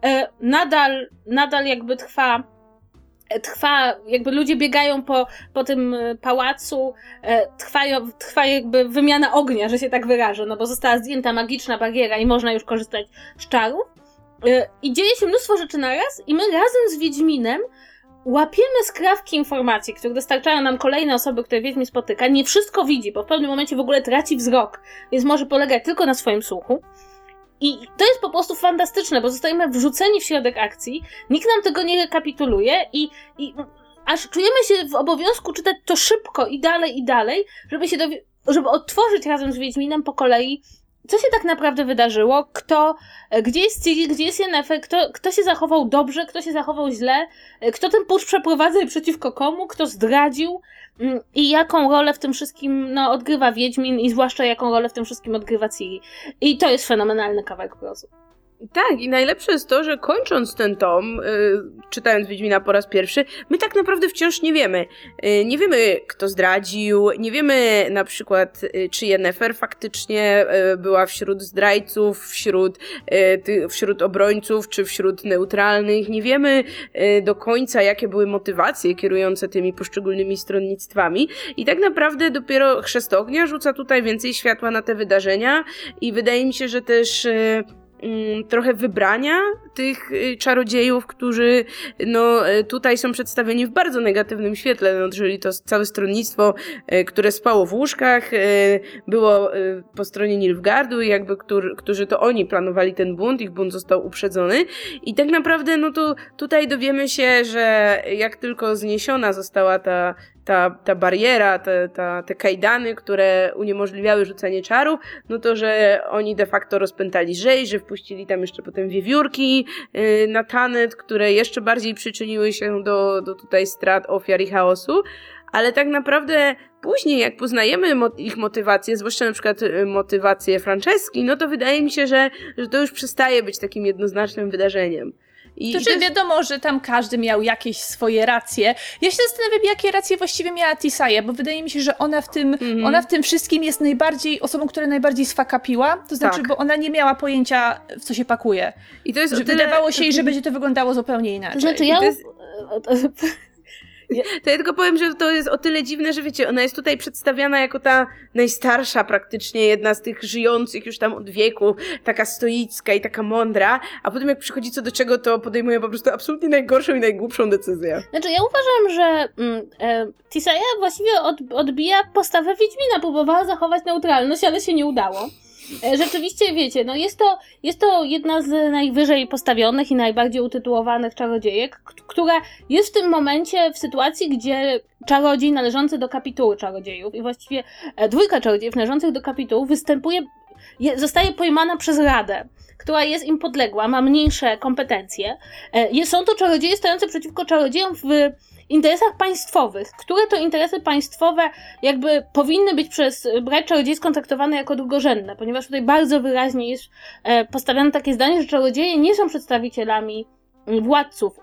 Nadal jakby trwa, jakby ludzie biegają po tym pałacu, trwa jakby wymiana ognia, że się tak wyrażę, no bo została zdjęta magiczna bariera i można już korzystać z czarów. I dzieje się mnóstwo rzeczy naraz i my razem z Wiedźminem łapiemy skrawki informacji, które dostarczają nam kolejne osoby, które Wiedźmin spotyka. Nie wszystko widzi, bo w pewnym momencie w ogóle traci wzrok, więc może polegać tylko na swoim słuchu. I to jest po prostu fantastyczne, bo zostajemy wrzuceni w środek akcji, nikt nam tego nie rekapituluje i aż czujemy się w obowiązku czytać to szybko i dalej, żeby odtworzyć razem z Wiedźminem po kolei, co się tak naprawdę wydarzyło, gdzie jest Ciri, gdzie jest Yennefer, kto się zachował dobrze, kto się zachował źle, kto ten pucz przeprowadza i przeciwko komu, kto zdradził i jaką rolę w tym wszystkim odgrywa Wiedźmin i zwłaszcza jaką rolę w tym wszystkim odgrywa Ciri. I to jest fenomenalny kawałek prozy. Tak, i najlepsze jest to, że kończąc ten tom, czytając Wiedźmina po raz pierwszy, my tak naprawdę wciąż nie wiemy. Nie wiemy, kto zdradził, nie wiemy na przykład, czy Yennefer faktycznie była wśród zdrajców, wśród obrońców, czy wśród neutralnych. Nie wiemy do końca, jakie były motywacje kierujące tymi poszczególnymi stronnictwami. I tak naprawdę dopiero Chrzest Ognia rzuca tutaj więcej światła na te wydarzenia i wydaje mi się, że też... trochę wybrania tych czarodziejów, którzy tutaj są przedstawieni w bardzo negatywnym świetle, czyli to całe stronnictwo, które spało w łóżkach, było po stronie Nilfgaardu i jakby którzy to oni planowali ten bunt, ich bunt został uprzedzony i tak naprawdę to tutaj dowiemy się, że jak tylko zniesiona została ta bariera, te kajdany, które uniemożliwiały rzucanie czarów, to że oni de facto rozpętali rzeź, że wpuścili tam jeszcze potem wiewiórki na Tannet, które jeszcze bardziej przyczyniły się do tutaj strat, ofiar i chaosu, ale tak naprawdę później jak poznajemy ich motywacje, zwłaszcza na przykład motywację Franceski, to wydaje mi się, że to już przestaje być takim jednoznacznym wydarzeniem. Wiadomo, że tam każdy miał jakieś swoje racje. Ja się zastanawiam, jakie racje właściwie miała Tissaia, bo wydaje mi się, że ona w tym wszystkim jest osobą, która najbardziej sfakapiła, to znaczy, bo ona nie miała pojęcia, w co się pakuje. I to jest wydawało się jej, że będzie to wyglądało zupełnie inaczej. To znaczy, To ja tylko powiem, że to jest o tyle dziwne, że wiecie, ona jest tutaj przedstawiana jako ta najstarsza praktycznie, jedna z tych żyjących już tam od wieku, taka stoicka i taka mądra, a potem jak przychodzi co do czego, to podejmuje po prostu absolutnie najgorszą i najgłupszą decyzję. Znaczy ja uważam, że Tissaia właściwie odbija postawę Wiedźmina, próbowała zachować neutralność, ale się nie udało. Rzeczywiście, wiecie, jest to jedna z najwyżej postawionych i najbardziej utytułowanych czarodziejek, która jest w tym momencie w sytuacji, gdzie czarodziej należący do kapituły czarodziejów i właściwie dwójka czarodziejów należących do kapituły zostaje pojmana przez Radę, która jest im podległa, ma mniejsze kompetencje. Są to czarodzieje stojące przeciwko czarodziejom w interesach państwowych, które to interesy państwowe jakby powinny być przez brać czarodziejską traktowane jako drugorzędne, ponieważ tutaj bardzo wyraźnie jest postawione takie zdanie, że czarodzieje nie są przedstawicielami władców,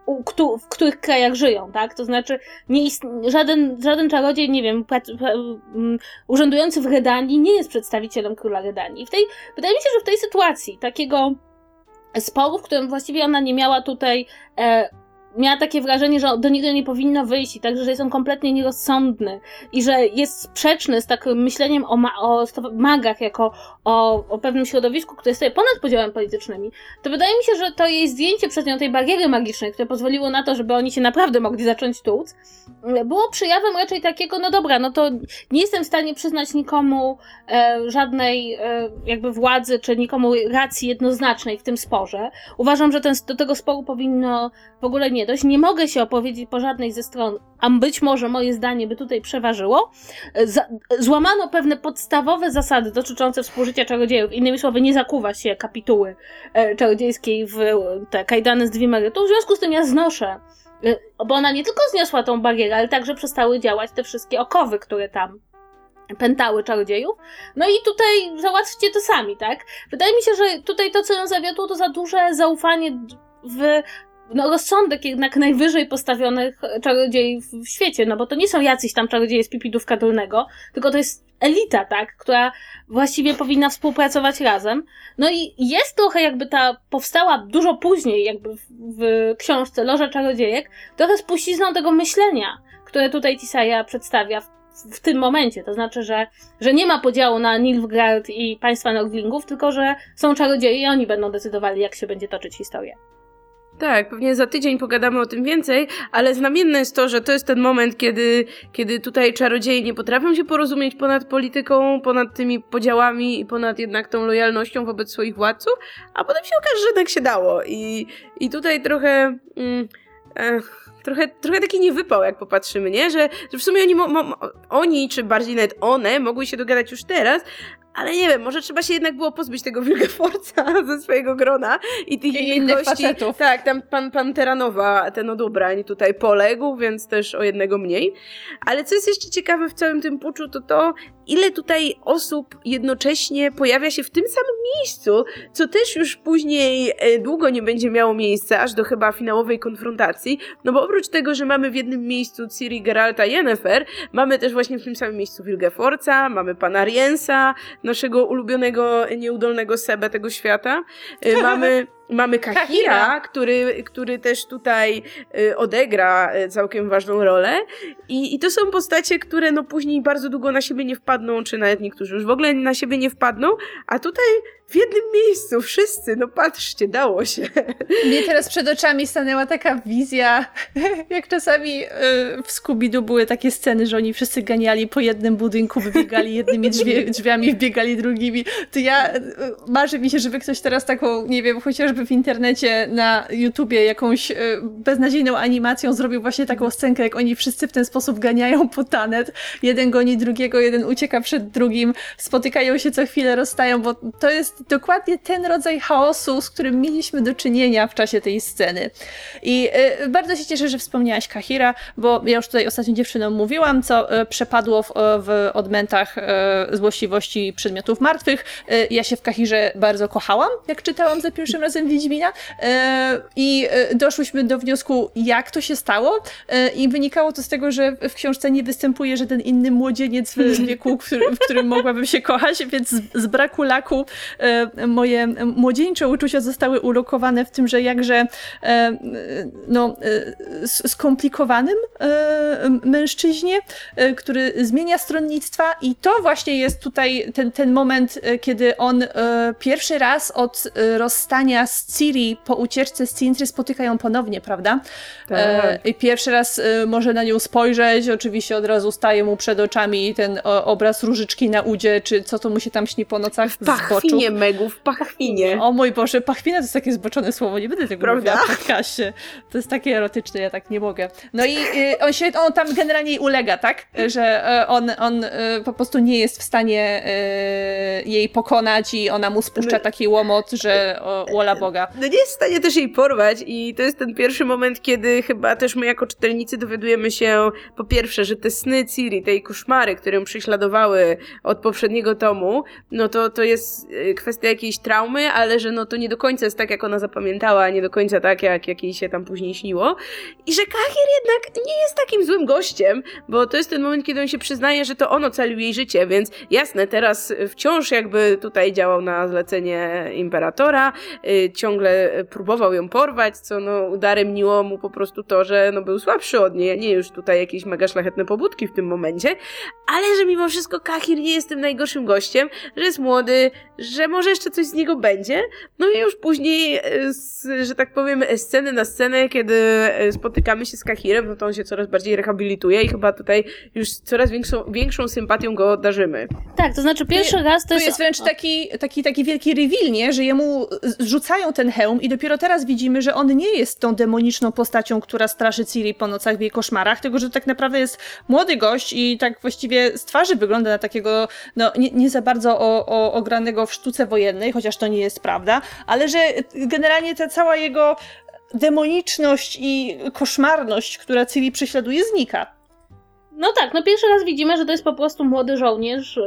w których krajach żyją, tak? To znaczy żaden czarodziej, nie wiem, urzędujący w Redanii nie jest przedstawicielem króla Redanii. Wydaje mi się, że w tej sytuacji takiego sporu, w którym właściwie ona nie miała tutaj miała takie wrażenie, że do niego nie powinno wyjść i także, że jest on kompletnie nierozsądny i że jest sprzeczny z takim myśleniem o magach jako o pewnym środowisku, które jest sobie ponad podziałami politycznymi, to wydaje mi się, że to jej zdjęcie przez nią tej bariery magicznej, które pozwoliło na to, żeby oni się naprawdę mogli zacząć tłuc, było przejawem raczej takiego, to nie jestem w stanie przyznać nikomu żadnej jakby władzy, czy nikomu racji jednoznacznej w tym sporze. Uważam, że do tego sporu powinno w ogóle nie dojść. Nie mogę się opowiedzieć po żadnej ze stron, a być może moje zdanie by tutaj przeważyło. Złamano pewne podstawowe zasady dotyczące współżycia czarodziejów. Innymi słowy, nie zakuwa się kapituły czarodziejskiej w te kajdany z dwimerytu. W związku z tym ja znoszę, bo ona nie tylko zniosła tą barierę, ale także przestały działać te wszystkie okowy, które tam pętały czarodziejów. I tutaj załatwcie to sami, tak? Wydaje mi się, że tutaj to, co ją zawiodło, to za duże zaufanie w rozsądek jednak najwyżej postawionych czarodziei w świecie, bo to nie są jacyś tam czarodzieje z Pipidówka Dolnego, tylko to jest elita, tak, która właściwie powinna współpracować razem. I jest trochę jakby powstała dużo później jakby w książce Loża Czarodziejek, trochę spuścizną tego myślenia, które tutaj Tissaia przedstawia w tym momencie. To znaczy, że nie ma podziału na Nilfgaard i państwa Nordlingów, tylko że są czarodzieje i oni będą decydowali, jak się będzie toczyć historia. Tak, pewnie za tydzień pogadamy o tym więcej, ale znamienne jest to, że to jest ten moment, kiedy tutaj czarodzieje nie potrafią się porozumieć ponad polityką, ponad tymi podziałami i ponad jednak tą lojalnością wobec swoich władców, a potem się okaże, że tak się dało. I tutaj trochę taki niewypał, jak popatrzymy, nie? Że w sumie oni, czy bardziej nawet one, mogły się dogadać już teraz, ale nie wiem, może trzeba się jednak było pozbyć tego Wilgefortza ze swojego grona i tych innych gości. Facetów. Tak, tam pan Terranowa, ten od ubrań tutaj poległ, więc też o jednego mniej. Ale co jest jeszcze ciekawe w całym tym puczu, to ile tutaj osób jednocześnie pojawia się w tym samym miejscu, co też już później długo nie będzie miało miejsca, aż do chyba finałowej konfrontacji, bo oprócz tego, że mamy w jednym miejscu Ciri, Geralta i Yennefer, mamy też właśnie w tym samym miejscu Wilgefortza, mamy pana Riensa, naszego ulubionego, nieudolnego Sebę tego świata. Mamy Mamy Kahira, który też tutaj odegra całkiem ważną rolę i to są postacie, które no później bardzo długo na siebie nie wpadną, czy nawet niektórzy już w ogóle na siebie nie wpadną, a tutaj w jednym miejscu wszyscy, no patrzcie, dało się. Mnie teraz przed oczami stanęła taka wizja, jak czasami w Scooby-Doo były takie sceny, że oni wszyscy ganiali po jednym budynku, wybiegali jednymi drzwiami, wbiegali drugimi. To marzy mi się, żeby ktoś teraz taką, nie wiem, chociażby w internecie, na YouTubie jakąś beznadziejną animacją zrobił właśnie taką scenkę, jak oni wszyscy w ten sposób ganiają po Tanet. Jeden goni drugiego, jeden ucieka przed drugim, spotykają się co chwilę, rozstają, bo to jest dokładnie ten rodzaj chaosu, z którym mieliśmy do czynienia w czasie tej sceny. I bardzo się cieszę, że wspomniałaś Kahira, bo ja już tutaj ostatnio dziewczynom mówiłam, co przepadło w odmętach złośliwości przedmiotów martwych. Ja się w Kahirze bardzo kochałam, jak czytałam za pierwszym razem Wiedźmina i doszłyśmy do wniosku, jak to się stało i wynikało to z tego, że w książce nie występuje żaden inny młodzieniec w wieku, w którym mogłabym się kochać, więc z braku laku moje młodzieńcze uczucia zostały ulokowane w tym, że jakże skomplikowanym mężczyźnie, który zmienia stronnictwa i to właśnie jest tutaj ten moment, kiedy on pierwszy raz od rozstania z Ciri po ucieczce z Cintry spotyka ją ponownie, prawda? Tak. I pierwszy raz może na nią spojrzeć, oczywiście od razu staje mu przed oczami ten obraz różyczki na udzie, czy co to mu się tam śni po nocach z boczu. Pachwinie, Megu, w pachwinie. O mój Boże, pachwina to jest takie zboczone słowo, nie będę tego mówiła w podcaście. To jest takie erotyczne, ja tak nie mogę. No i on tam generalnie jej ulega, tak? Że on po prostu nie jest w stanie jej pokonać i ona mu spuszcza taki łomot, że wola Boga. No nie jest w stanie też jej porwać i to jest ten pierwszy moment, kiedy chyba też my jako czytelnicy dowiadujemy się po pierwsze, że te sny Ciri, te jej koszmary, które ją prześladowały od poprzedniego tomu, no to jest kwestia jakiejś traumy, ale że no to nie do końca jest tak, jak ona zapamiętała, nie do końca tak, jak jej się tam później śniło. I że Kahir jednak nie jest takim złym gościem, bo to jest ten moment, kiedy on się przyznaje, że to on ocalił jej życie, więc jasne, teraz wciąż jakby tutaj działał na zlecenie imperatora, ciągle próbował ją porwać, co no udaremniło mu po prostu to, że no był słabszy od niej, a nie już tutaj jakieś mega szlachetne pobudki w tym momencie, ale że mimo wszystko Kahir nie jest tym najgorszym gościem, że jest młody, że może jeszcze coś z niego będzie, no i już później, że tak powiem, sceny na scenę, kiedy spotykamy się z Kahirem, no to on się coraz bardziej rehabilituje i chyba tutaj już coraz większą sympatią go darzymy. Tak, to znaczy pierwszy raz to jest wręcz taki wielki reveal, nie? Że jemu rzucają ten hełm i dopiero teraz widzimy, że on nie jest tą demoniczną postacią, która straszy Ciri po nocach w jej koszmarach, tylko że tak naprawdę jest młody gość i tak właściwie z twarzy wygląda na takiego, no nie za bardzo ogranego w sztuce wojennej, chociaż to nie jest prawda, ale że generalnie ta cała jego demoniczność i koszmarność, która Ciri prześladuje, znika. No tak, no pierwszy raz widzimy, że to jest po prostu młody żołnierz,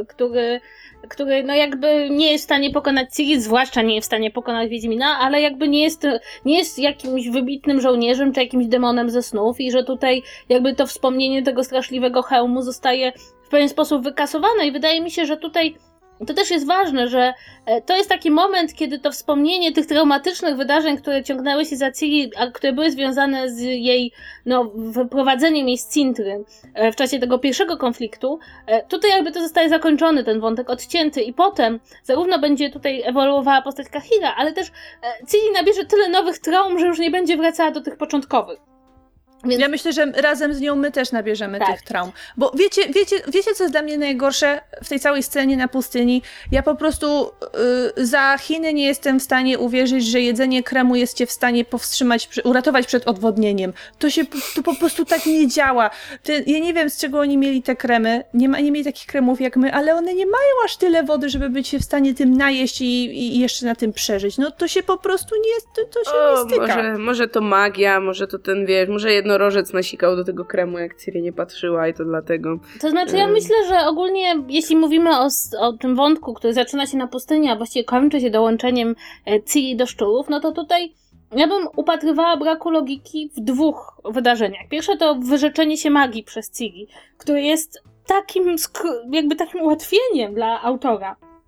który no jakby nie jest w stanie pokonać Ciri, zwłaszcza nie jest w stanie pokonać Wiedźmina, ale jakby nie jest jakimś wybitnym żołnierzem, czy jakimś demonem ze snów i że tutaj jakby to wspomnienie tego straszliwego hełmu zostaje w pewien sposób wykasowane i wydaje mi się, że tutaj to też jest ważne, że to jest taki moment, kiedy to wspomnienie tych traumatycznych wydarzeń, które ciągnęły się za Ciri, a które były związane z jej wyprowadzeniem jej z Cintry w czasie tego pierwszego konfliktu, tutaj jakby to zostaje zakończony, ten wątek odcięty i potem zarówno będzie tutaj ewoluowała postać Kahira, ale też Ciri nabierze tyle nowych traum, że już nie będzie wracała do tych początkowych. Więc... Ja myślę, że razem z nią my też nabierzemy tych traum. Bo wiecie, co jest dla mnie najgorsze w tej całej scenie na pustyni? Ja po prostu za Chiny nie jestem w stanie uwierzyć, że jedzenie kremu jest cię w stanie powstrzymać, uratować przed odwodnieniem. To po prostu tak nie działa. Ja nie wiem, z czego oni mieli te kremy. Nie mieli takich kremów jak my, ale one nie mają aż tyle wody, żeby być się w stanie tym najeść i jeszcze na tym przeżyć. No to się po prostu nie styka. Może to magia, może to ten, może jednorożec nasikał do tego kremu, jak Ciri nie patrzyła i to dlatego. To znaczy ja myślę, że ogólnie jeśli mówimy o tym wątku, który zaczyna się na pustyni, a właściwie kończy się dołączeniem Ciri do szczurów, no to tutaj ja bym upatrywała braku logiki w dwóch wydarzeniach. Pierwsze to wyrzeczenie się magii przez Ciri, które jest takim ułatwieniem dla autora.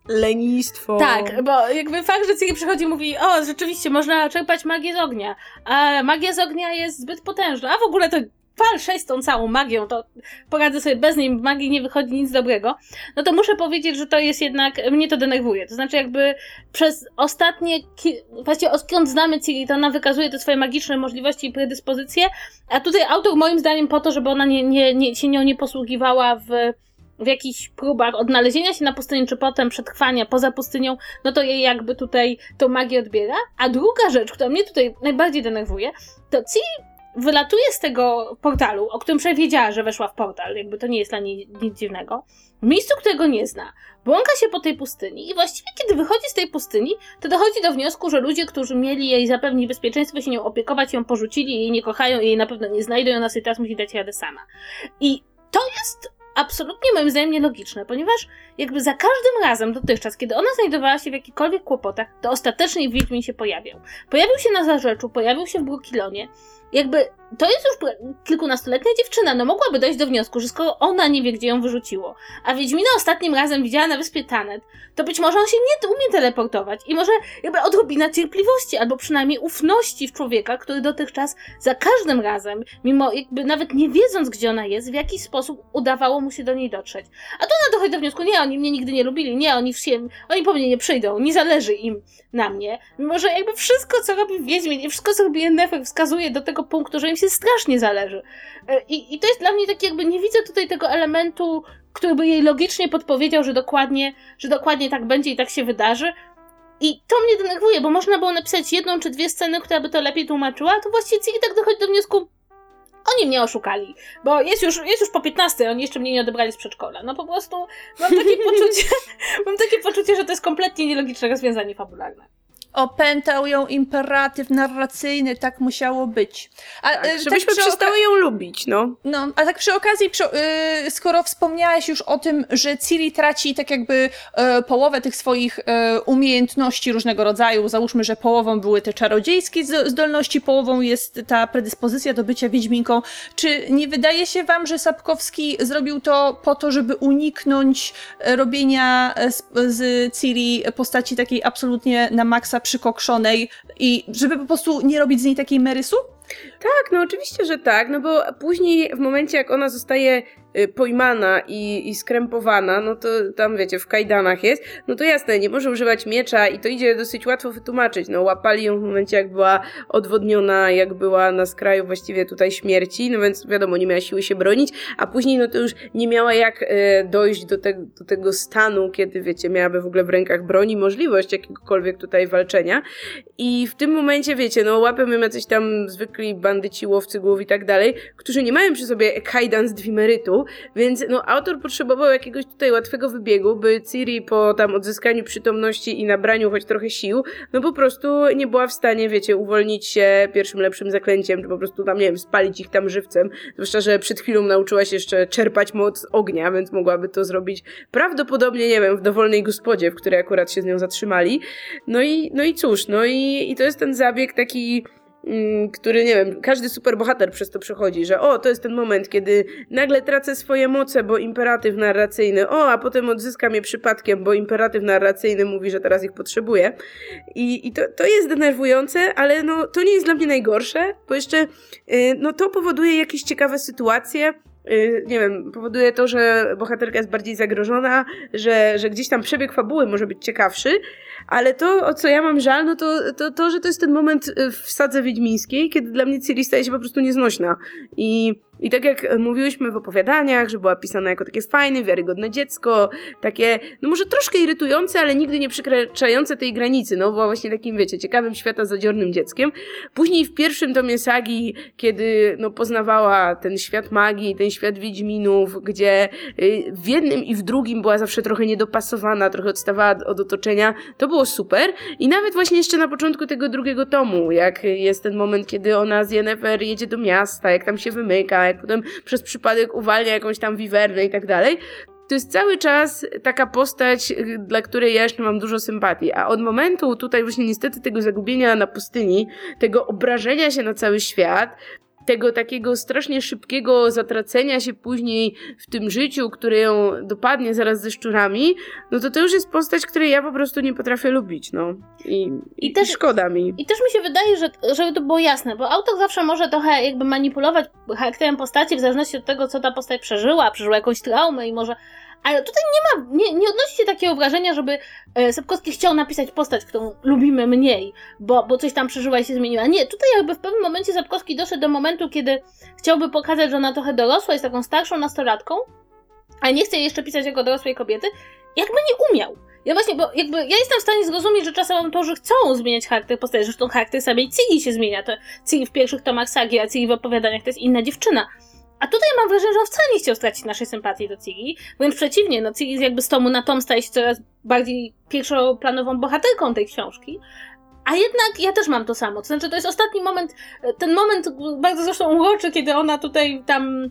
Lenistwo. Tak, bo jakby fakt, że Ciri przychodzi i mówi, o, rzeczywiście można czerpać magię z ognia, a magia z ognia jest zbyt potężna, a w ogóle to pal 6 z tą całą magią, to poradzę sobie bez niej, magii nie wychodzi nic dobrego, no to muszę powiedzieć, że to jest jednak, mnie to denerwuje, to znaczy jakby przez ostatnie, właściwie odkąd znamy Ciri, to ona wykazuje te swoje magiczne możliwości i predyspozycje, a tutaj autor moim zdaniem po to, żeby ona się nią nie posługiwała w jakichś próbach odnalezienia się na pustyni, czy potem przetrwania poza pustynią, no to jej jakby tutaj tą magię odbiera. A druga rzecz, która mnie tutaj najbardziej denerwuje, to Ciri wylatuje z tego portalu, o którym przewiedziała, że weszła w portal, jakby to nie jest dla niej nic dziwnego, w miejscu, którego nie zna, błąka się po tej pustyni i właściwie kiedy wychodzi z tej pustyni, to dochodzi do wniosku, że ludzie, którzy mieli jej zapewnić bezpieczeństwo, się nią opiekować, ją porzucili, jej nie kochają i jej na pewno nie znajdą i ona sobie teraz musi dać radę sama. I to jest absolutnie moim zdaniem nielogiczne, ponieważ jakby za każdym razem dotychczas, kiedy ona znajdowała się w jakichkolwiek kłopotach, to ostatecznie Wiedźmin się pojawiał. Pojawił się na Zarzeczu, pojawił się w Brukilonie. Jakby to jest już kilkunastoletnia dziewczyna, no mogłaby dojść do wniosku, że skoro ona nie wie, gdzie ją wyrzuciło, a Wiedźmina ostatnim razem widziała na wyspie Tannet, to być może on się nie umie teleportować i może jakby odrobina cierpliwości, albo przynajmniej ufności w człowieka, który dotychczas za każdym razem, mimo jakby nawet nie wiedząc, gdzie ona jest, w jakiś sposób udawało mu się do niej dotrzeć. A tu ona dochodzi do wniosku, nie, oni mnie nigdy nie lubili, nie, oni po mnie nie przyjdą, nie zależy im na mnie. Mimo że jakby wszystko, co robi Wiedźmin i wszystko, co robi Yennefer, wskazuje do tego punktu, że im się strasznie zależy. I to jest dla mnie tak jakby, nie widzę tutaj tego elementu, który by jej logicznie podpowiedział, że dokładnie tak będzie i tak się wydarzy. I to mnie denerwuje, bo można było napisać 1 czy 2 sceny, która by to lepiej tłumaczyła, a to właściwie Ciri tak dochodzi do wniosku, oni mnie oszukali, bo jest już po 15, oni jeszcze mnie nie odebrali z przedszkola. No po prostu mam takie poczucie, że to jest kompletnie nielogiczne rozwiązanie fabularne. Opętał ją imperatyw narracyjny, tak musiało być. Żebyśmy przestały ją lubić, no. No, a tak przy okazji, skoro wspomniałaś już o tym, że Ciri traci tak jakby połowę tych swoich umiejętności różnego rodzaju, załóżmy, że połową były te czarodziejskie zdolności, połową jest ta predyspozycja do bycia wiedźminką. Czy nie wydaje się wam, że Sapkowski zrobił to po to, żeby uniknąć robienia z Ciri postaci takiej absolutnie na maksa przykokszonej i żeby po prostu nie robić z niej takiej Marysu? Tak, no oczywiście, że tak, no bo później w momencie jak ona zostaje pojmana i skrępowana, no to tam wiecie, w kajdanach jest, no to jasne, nie może używać miecza i to idzie dosyć łatwo wytłumaczyć, no łapali ją w momencie jak była odwodniona, jak była na skraju właściwie tutaj śmierci, no więc wiadomo, nie miała siły się bronić, a później no to już nie miała jak dojść do tego stanu, kiedy wiecie, miałaby w ogóle w rękach broni, możliwość jakiegokolwiek tutaj walczenia i w tym momencie wiecie, no łapią ją jacyś tam zwykli bandyci, łowcy głów i tak dalej, którzy nie mają przy sobie kajdan z dwimerytu, więc no autor potrzebował jakiegoś tutaj łatwego wybiegu, by Ciri po tam odzyskaniu przytomności i nabraniu choć trochę sił, no po prostu nie była w stanie, wiecie, uwolnić się pierwszym lepszym zaklęciem, czy po prostu tam, nie wiem, spalić ich tam żywcem, zwłaszcza, że przed chwilą nauczyła się jeszcze czerpać moc ognia, więc mogłaby to zrobić prawdopodobnie, nie wiem, w dowolnej gospodzie, w której akurat się z nią zatrzymali. No i cóż, no i to jest ten zabieg taki, który, nie wiem, każdy superbohater przez to przechodzi, że to jest ten moment, kiedy nagle tracę swoje moce, bo imperatyw narracyjny, a potem odzyskam je przypadkiem, bo imperatyw narracyjny mówi, że teraz ich potrzebuję. I to jest denerwujące, ale no to nie jest dla mnie najgorsze, bo jeszcze no to powoduje jakieś ciekawe sytuacje, nie wiem, powoduje to, że bohaterka jest bardziej zagrożona, że gdzieś tam przebieg fabuły może być ciekawszy, ale to, o co ja mam żal, no to, że to jest ten moment w sadze wiedźmińskiej, kiedy dla mnie Ciri staje się po prostu nieznośna. I tak jak mówiłyśmy w opowiadaniach, że była pisana jako takie fajne, wiarygodne dziecko, takie, no może troszkę irytujące, ale nigdy nie przekraczające tej granicy, no była właśnie takim, wiecie, ciekawym świata zadziornym dzieckiem. Później w pierwszym tomie sagi, kiedy no poznawała ten świat magii, ten świat wiedźminów, gdzie w jednym i w drugim była zawsze trochę niedopasowana, trochę odstawała od otoczenia, to było super. I nawet właśnie jeszcze na początku tego drugiego tomu, jak jest ten moment, kiedy ona z Yennefer jedzie do miasta, jak tam się wymyka, jak potem przez przypadek uwalnia jakąś tam wiwernę i tak dalej. To jest cały czas taka postać, dla której ja jeszcze mam dużo sympatii. A od momentu tutaj właśnie niestety tego zagubienia na pustyni, tego obrażenia się na cały świat, tego takiego strasznie szybkiego zatracenia się później w tym życiu, które ją dopadnie zaraz ze szczurami, no to już jest postać, której ja po prostu nie potrafię lubić, no. I też szkoda mi. I też mi się wydaje, że żeby to było jasne, bo autor zawsze może trochę jakby manipulować charakterem postaci w zależności od tego, co ta postać przeżyła jakąś traumę i może... Ale tutaj nie odnosi się takiego wrażenia, żeby Sapkowski chciał napisać postać, którą lubimy mniej, bo coś tam przeżyła i się zmieniła. Nie, tutaj jakby w pewnym momencie Sapkowski doszedł do momentu, kiedy chciałby pokazać, że ona trochę dorosła, jest taką starszą nastolatką, ale nie chce jej jeszcze pisać jako dorosłej kobiety, jakby nie umiał. Ja właśnie, bo jakby ja jestem w stanie zrozumieć, że czasem autorzy chcą zmieniać charakter postaci, zresztą charakter samej Ciri się zmienia, to Ciri w pierwszych tomach sagi, a Ciri w opowiadaniach to jest inna dziewczyna. A tutaj mam wrażenie, że on wcale nie chciał stracić naszej sympatii do Ciri. Wręcz przeciwnie, no Ciri jakby z tomu na tom staje się coraz bardziej pierwszoplanową bohaterką tej książki. A jednak ja też mam to samo. To znaczy, to jest ostatni moment, ten moment bardzo zresztą uroczy, kiedy ona tutaj tam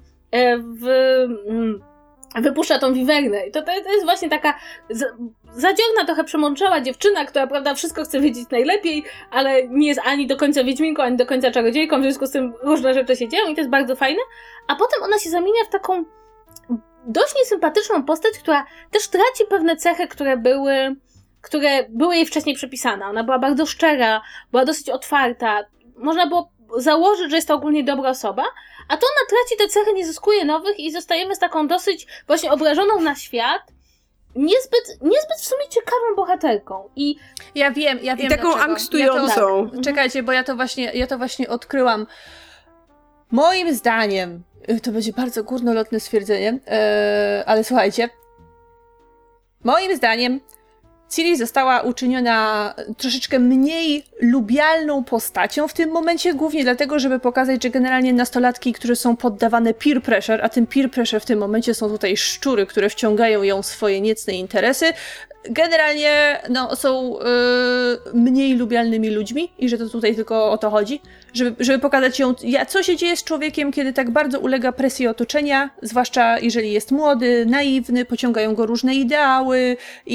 wypuszcza tą wiwernę. I to jest właśnie taka zadziorna, trochę przemądrzała dziewczyna, która, prawda, wszystko chce wiedzieć najlepiej, ale nie jest ani do końca wiedźminką, ani do końca czarodziejką, w związku z tym różne rzeczy się dzieją i to jest bardzo fajne. A potem ona się zamienia w taką dość niesympatyczną postać, która też traci pewne cechy, które były jej wcześniej przypisane. Ona była bardzo szczera, była dosyć otwarta. Można było założyć, że jest to ogólnie dobra osoba, a to ona traci te cechy, nie zyskuje nowych i zostajemy z taką dosyć właśnie obrażoną na świat, niezbyt w sumie ciekawą bohaterką. I ja wiem i taką angstującą. Czekajcie, bo ja to właśnie odkryłam. Moim zdaniem, to będzie bardzo górnolotne stwierdzenie, ale słuchajcie, moim zdaniem Ciri została uczyniona troszeczkę mniej lubialną postacią w tym momencie, głównie dlatego, żeby pokazać, że generalnie nastolatki, które są poddawane peer pressure, a tym peer pressure w tym momencie są tutaj szczury, które wciągają ją w swoje niecne interesy, generalnie są mniej lubialnymi ludźmi i że to tutaj tylko o to chodzi, żeby pokazać ją, co się dzieje z człowiekiem, kiedy tak bardzo ulega presji otoczenia, zwłaszcza jeżeli jest młody, naiwny, pociągają go różne ideały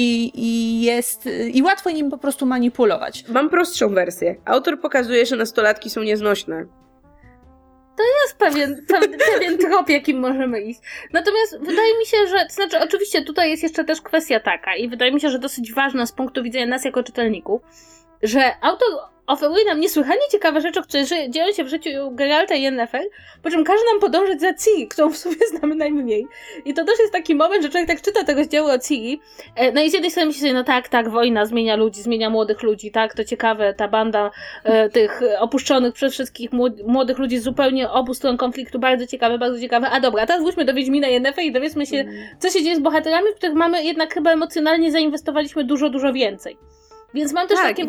i łatwo nim po prostu manipulować. Mam prostszą wersję. Autor pokazuje, że nastolatki są nieznośne. To jest pewien trop, jakim możemy iść. Natomiast wydaje mi się, że, to znaczy oczywiście tutaj jest jeszcze też kwestia taka i wydaje mi się, że dosyć ważna z punktu widzenia nas jako czytelników, że autor oferuje nam niesłychanie ciekawe rzeczy, które dzieją się w życiu Geralta i Yennefer, po czym każe nam podążać za Ciri, którą w sumie znamy najmniej. I to też jest taki moment, że człowiek tak czyta te rozdziały o Ciri, no i z jednej strony myśli sobie, no tak, wojna zmienia ludzi, zmienia młodych ludzi, tak, to ciekawe, ta banda tych opuszczonych przez wszystkich młodych ludzi z zupełnie obu stron konfliktu, bardzo ciekawe, a dobra, teraz wróćmy do Wiedźmina Yennefer i dowiedzmy się, co się dzieje z bohaterami, w których mamy jednak chyba emocjonalnie zainwestowaliśmy dużo więcej. Więc mam też takie...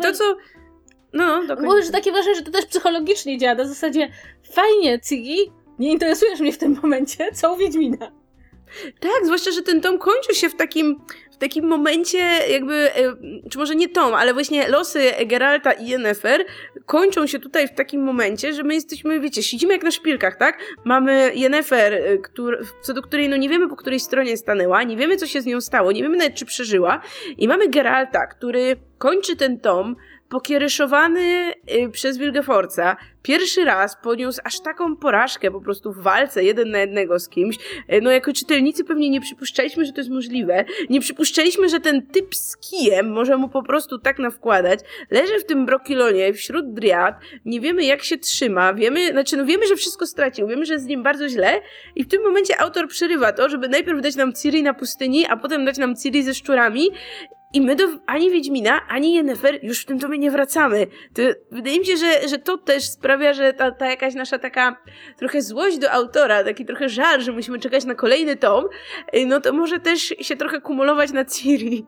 Było już takie wrażenie, że to też psychologicznie działa. Na zasadzie fajnie, Ciri, nie interesujesz mnie w tym momencie, co u Wiedźmina. Tak, zwłaszcza, że ten tom kończy się w takim momencie jakby, czy może nie tom, ale właśnie losy Geralta i Yennefer kończą się tutaj w takim momencie, że my jesteśmy, wiecie, siedzimy jak na szpilkach, tak? Mamy Yennefer, co do której nie wiemy, po której stronie stanęła, nie wiemy, co się z nią stało, nie wiemy nawet, czy przeżyła i mamy Geralta, który kończy ten tom pokiereszowany przez Wilgefortza, pierwszy raz poniósł aż taką porażkę po prostu w walce 1 na 1 z kimś. No jako czytelnicy pewnie nie przypuszczaliśmy, że to jest możliwe. Nie przypuszczaliśmy, że ten typ z kijem może mu po prostu tak nawkładać. Leży w tym Brokilonie wśród driad, nie wiemy jak się trzyma, wiemy, że wszystko stracił, wiemy, że jest z nim bardzo źle i w tym momencie autor przerywa to, żeby najpierw dać nam Ciri na pustyni, a potem dać nam Ciri ze szczurami. I my do ani Wiedźmina, ani Yennefer już w tym tomie nie wracamy. To wydaje mi się, że to też sprawia, że ta jakaś nasza taka trochę złość do autora, taki trochę żal, że musimy czekać na kolejny tom, no to może też się trochę kumulować na Ciri.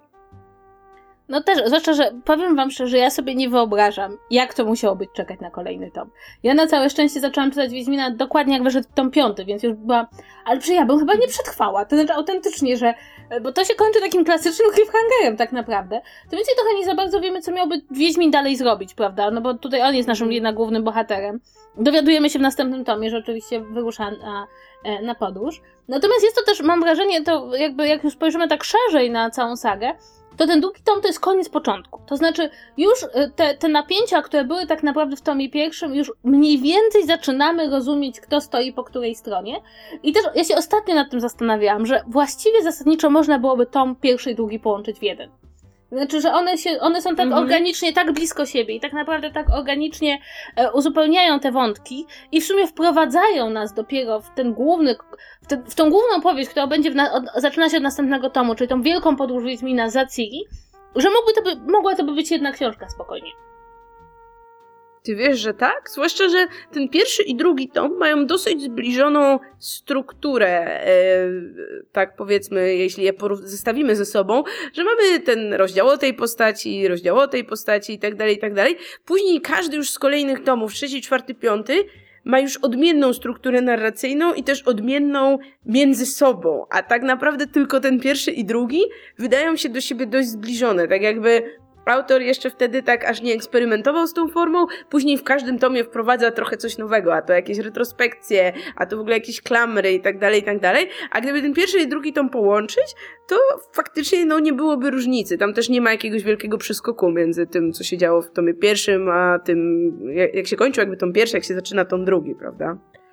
No też, zwłaszcza, że powiem wam szczerze, ja sobie nie wyobrażam, jak to musiało być czekać na kolejny tom. Ja na całe szczęście zaczęłam czytać Wiedźmina dokładnie jak wyszedł tom 5, więc już była... Ale ja bym chyba nie przetrwała, to znaczy autentycznie, że... Bo to się kończy takim klasycznym cliffhangerem tak naprawdę. To więcej trochę nie za bardzo wiemy, co miałby Wiedźmin dalej zrobić, prawda? No bo tutaj on jest naszym jednak głównym bohaterem. Dowiadujemy się w następnym tomie, że oczywiście wyrusza na podróż. Natomiast jest to też, mam wrażenie, to jakby jak już spojrzymy tak szerzej na całą sagę, to ten drugi tom to jest koniec początku. To znaczy już te napięcia, które były tak naprawdę w tomie pierwszym, już mniej więcej zaczynamy rozumieć, kto stoi po której stronie. I też ja się ostatnio nad tym zastanawiałam, że właściwie zasadniczo można byłoby tom pierwszy i drugi połączyć w jeden. Znaczy, że one są tak organicznie, tak blisko siebie i tak naprawdę tak organicznie uzupełniają te wątki i w sumie wprowadzają nas dopiero w ten główny, w tą główną powieść, która będzie zaczyna się od następnego tomu, czyli tą wielką podróż Wiedźmina za Ciri, że mogła to być jedna książka spokojnie. Ty wiesz, że tak? Zwłaszcza, że ten pierwszy i drugi tom mają dosyć zbliżoną strukturę, tak powiedzmy, jeśli je zestawimy ze sobą, że mamy ten rozdział o tej postaci i tak dalej. Później każdy już z kolejnych tomów, 3., 4., 5, ma już odmienną strukturę narracyjną i też odmienną między sobą, a tak naprawdę tylko ten pierwszy i drugi wydają się do siebie dość zbliżone, tak jakby autor jeszcze wtedy tak aż nie eksperymentował z tą formą, później w każdym tomie wprowadza trochę coś nowego, a to jakieś retrospekcje, a to w ogóle jakieś klamry i tak dalej, a gdyby ten pierwszy i drugi tom połączyć, to faktycznie nie byłoby różnicy, tam też nie ma jakiegoś wielkiego przeskoku między tym, co się działo w tomie pierwszym, a tym, jak się kończył jakby tom pierwszy, jak się zaczyna tom drugi, prawda?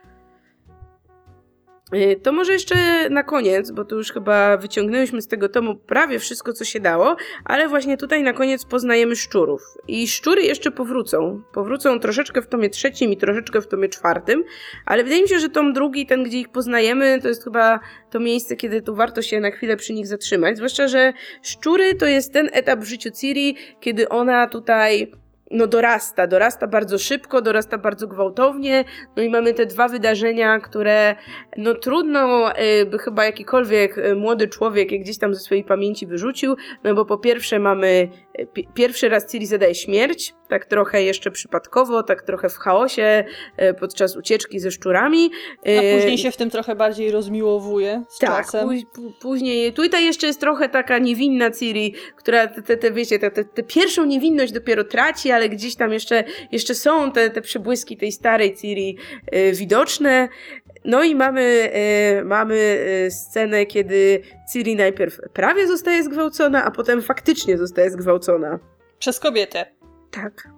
To może jeszcze na koniec, bo tu już chyba wyciągnęłyśmy z tego tomu prawie wszystko, co się dało, ale właśnie tutaj na koniec poznajemy szczurów. I szczury jeszcze powrócą. Powrócą troszeczkę w tomie 3. i troszeczkę w tomie 4, ale wydaje mi się, że tom drugi, ten gdzie ich poznajemy, to jest chyba to miejsce, kiedy tu warto się na chwilę przy nich zatrzymać. Zwłaszcza, że szczury to jest ten etap w życiu Ciri, kiedy ona tutaj dorasta bardzo szybko, dorasta bardzo gwałtownie, i mamy te dwa wydarzenia, które trudno by chyba jakikolwiek młody człowiek je gdzieś tam ze swojej pamięci wyrzucił, bo po pierwsze mamy pierwszy raz Ciri zadaje śmierć, tak trochę jeszcze przypadkowo, tak trochę w chaosie, podczas ucieczki ze szczurami. A później się w tym trochę bardziej rozmiłowuje z czasem. Później. Tutaj jeszcze jest trochę taka niewinna Ciri, która tę pierwszą niewinność dopiero traci, ale gdzieś tam jeszcze są te przebłyski tej starej Ciri widoczne. No i mamy scenę, kiedy Ciri najpierw prawie zostaje zgwałcona, a potem faktycznie zostaje zgwałcona. Przez kobietę. Tak.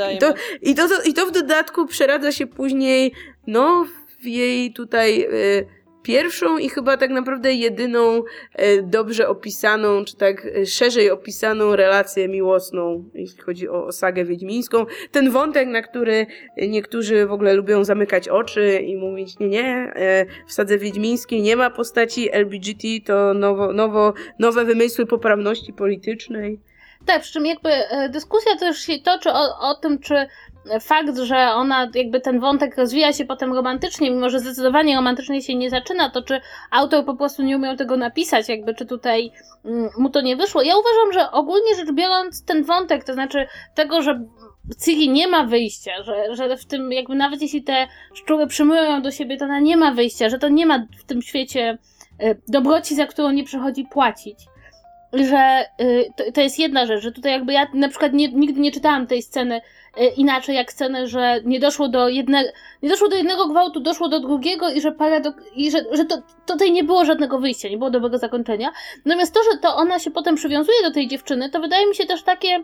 I to w dodatku przeradza się później, w jej tutaj pierwszą i chyba tak naprawdę jedyną dobrze opisaną, czy tak szerzej opisaną relację miłosną, jeśli chodzi o sagę wiedźmińską. Ten wątek, na który niektórzy w ogóle lubią zamykać oczy i mówić, nie, w sadze wiedźmińskiej nie ma postaci LBGT, to nowe wymysły poprawności politycznej. Tak, przy czym jakby dyskusja też się toczy o tym, czy fakt, że ona jakby ten wątek rozwija się potem romantycznie, mimo że zdecydowanie romantycznie się nie zaczyna, to czy autor po prostu nie umiał tego napisać, jakby czy tutaj mu to nie wyszło. Ja uważam, że ogólnie rzecz biorąc ten wątek, to znaczy tego, że Ciri nie ma wyjścia, że w tym jakby nawet jeśli te szczury przyjmują ją do siebie, to ona nie ma wyjścia, że to nie ma w tym świecie dobroci, za którą nie przychodzi płacić. Że to jest jedna rzecz, że tutaj jakby ja na przykład nigdy nie czytałam tej sceny inaczej jak scenę, że nie doszło do jednego gwałtu, doszło do drugiego i że tutaj nie było żadnego wyjścia, nie było dobrego zakończenia. Natomiast to, że to ona się potem przywiązuje do tej dziewczyny, to wydaje mi się też takie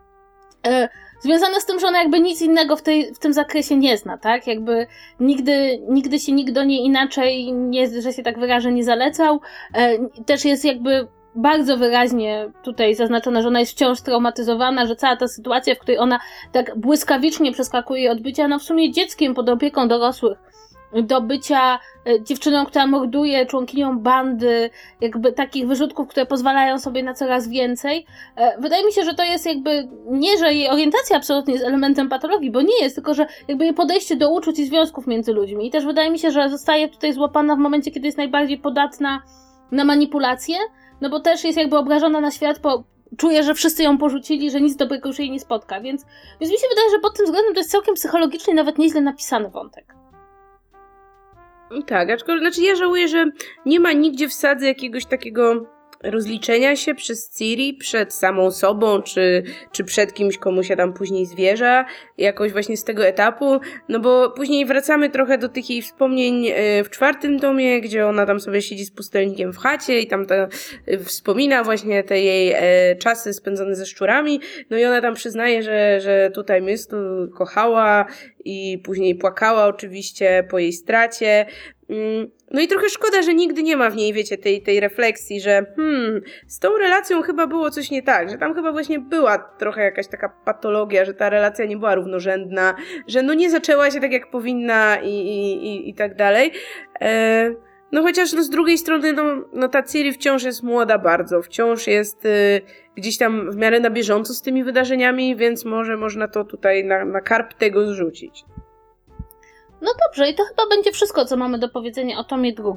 związane z tym, że ona jakby nic innego w tym zakresie nie zna, tak? Jakby nigdy się nikt do niej inaczej, że się tak wyrażę, nie zalecał. Też jest jakby bardzo wyraźnie tutaj zaznaczone, że ona jest wciąż traumatyzowana, że cała ta sytuacja, w której ona tak błyskawicznie przeskakuje od bycia w sumie dzieckiem pod opieką dorosłych do bycia dziewczyną, która morduje, członkinią bandy, jakby takich wyrzutków, które pozwalają sobie na coraz więcej. Wydaje mi się, że to jest jakby nie, że jej orientacja absolutnie jest elementem patologii, bo nie jest, tylko że jakby jej podejście do uczuć i związków między ludźmi. I też wydaje mi się, że zostaje tutaj złapana w momencie, kiedy jest najbardziej podatna na manipulację, bo też jest jakby obrażona na świat, czuje, że wszyscy ją porzucili, że nic dobrego już jej nie spotka, więc mi się wydaje, że pod tym względem to jest całkiem psychologicznie nawet nieźle napisany wątek. Tak, aczkolwiek ja żałuję, że nie ma nigdzie w sadze jakiegoś takiego rozliczenia się przez Ciri przed samą sobą, czy przed kimś, komu się tam później zwierza, jakoś właśnie z tego etapu, no bo później wracamy trochę do tych jej wspomnień w 4. tomie, gdzie ona tam sobie siedzi z pustelnikiem w chacie i tam wspomina właśnie te jej czasy spędzone ze szczurami, no i ona tam przyznaje, że tutaj Mistl kochała i później płakała oczywiście po jej stracie. No i trochę szkoda, że nigdy nie ma w niej, wiecie, tej refleksji, że z tą relacją chyba było coś nie tak, że tam chyba właśnie była trochę jakaś taka patologia, że ta relacja nie była równorzędna, że no nie zaczęła się tak jak powinna i tak dalej. No chociaż no z drugiej strony no ta Ciri wciąż jest młoda bardzo, wciąż jest gdzieś tam w miarę na bieżąco z tymi wydarzeniami, więc może można to tutaj na karp tego zrzucić. No dobrze, i to chyba będzie wszystko, co mamy do powiedzenia o tomie 2.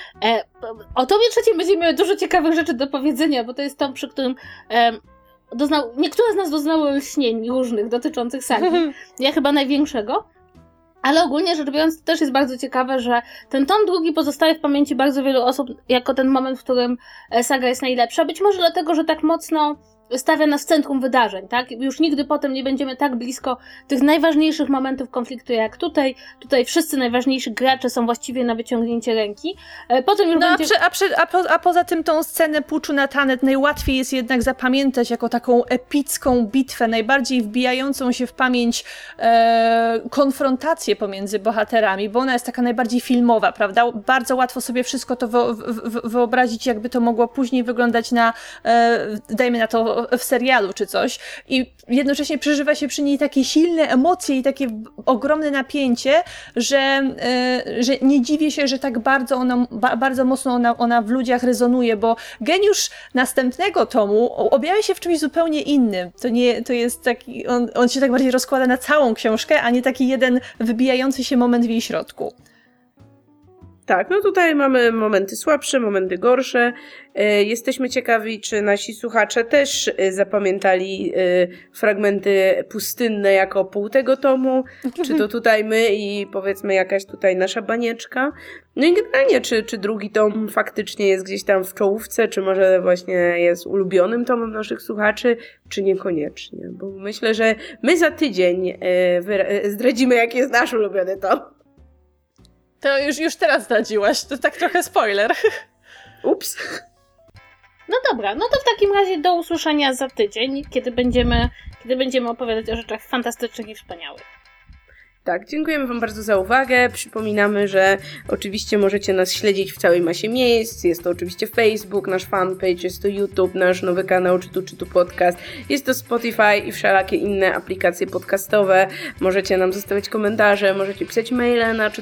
O tomie 3 będziemy mieli dużo ciekawych rzeczy do powiedzenia, bo to jest tom, przy którym niektóre z nas doznały lśnień różnych dotyczących sagi. Ja chyba największego. Ale ogólnie rzecz biorąc, to też jest bardzo ciekawe, że ten tom 2 pozostaje w pamięci bardzo wielu osób jako ten moment, w którym saga jest najlepsza. Być może dlatego, że tak mocno stawia nas w centrum wydarzeń, tak? Już nigdy potem nie będziemy tak blisko tych najważniejszych momentów konfliktu jak tutaj. Tutaj wszyscy najważniejsi gracze są właściwie na wyciągnięcie ręki. Potem już będzie... a poza tym tą scenę puczu na Tannet najłatwiej jest jednak zapamiętać jako taką epicką bitwę, najbardziej wbijającą się w pamięć konfrontację pomiędzy bohaterami, bo ona jest taka najbardziej filmowa, prawda? Bardzo łatwo sobie wszystko to wyobrazić, jakby to mogło później wyglądać dajmy na to w serialu czy coś i jednocześnie przeżywa się przy niej takie silne emocje i takie ogromne napięcie, że nie dziwię się, że tak bardzo mocno ona w ludziach rezonuje, bo geniusz następnego tomu objawia się w czymś zupełnie innym. To jest taki, on się tak bardziej rozkłada na całą książkę, a nie taki jeden wybijający się moment w jej środku. Tak, no tutaj mamy momenty słabsze, momenty gorsze. Jesteśmy ciekawi, czy nasi słuchacze też zapamiętali fragmenty pustynne jako pół tego tomu, czy to tutaj my i powiedzmy jakaś tutaj nasza banieczka. No i generalnie, czy drugi tom faktycznie jest gdzieś tam w czołówce, czy może właśnie jest ulubionym tomem naszych słuchaczy, czy niekoniecznie. Bo myślę, że my za tydzień zdradzimy, jaki jest nasz ulubiony tom. To już teraz zdradziłaś, to tak trochę spoiler. Ups. No dobra, no to w takim razie do usłyszenia za tydzień, kiedy będziemy opowiadać o rzeczach fantastycznych i wspaniałych. Tak, dziękujemy wam bardzo za uwagę. Przypominamy, że oczywiście możecie nas śledzić w całej masie miejsc. Jest to oczywiście Facebook, nasz fanpage, jest to YouTube, nasz nowy kanał Czytu Podcast. Jest to Spotify i wszelakie inne aplikacje podcastowe. Możecie nam zostawiać komentarze, możecie pisać maile na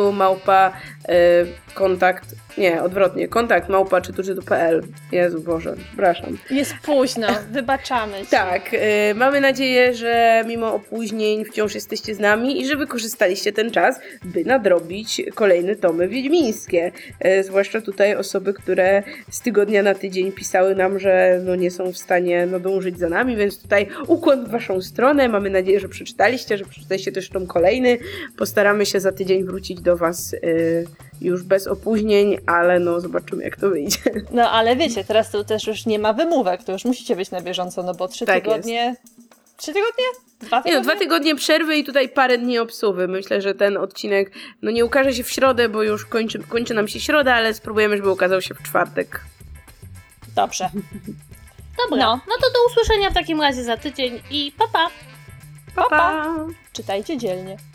kontakt@czytu.pl. Jezu Boże, przepraszam. Jest późno, wybaczamy ci. Tak, mamy nadzieję, że mimo opóźnień wciąż jesteście z nami i że wykorzystaliście ten czas, by nadrobić kolejne tomy wiedźmińskie. Zwłaszcza tutaj osoby, które z tygodnia na tydzień pisały nam, że no nie są w stanie nadążyć za nami, więc tutaj ukłon w waszą stronę. Mamy nadzieję, że przeczytaliście też tom kolejny. Postaramy się za tydzień wrócić do was już bez opóźnień, ale no zobaczymy, jak to wyjdzie. No ale wiecie, teraz to też już nie ma wymówek, to już musicie być na bieżąco, no bo 3 tygodnie... Jest. 3 tygodnie? 2 tygodnie? 2 tygodnie przerwy i tutaj parę dni obsuwy. Myślę, że ten odcinek nie ukaże się w środę, bo już kończy nam się środa, ale spróbujemy, żeby ukazał się w czwartek. Dobrze. Dobra, no to do usłyszenia w takim razie za tydzień i pa pa! Pa, pa! Czytajcie dzielnie.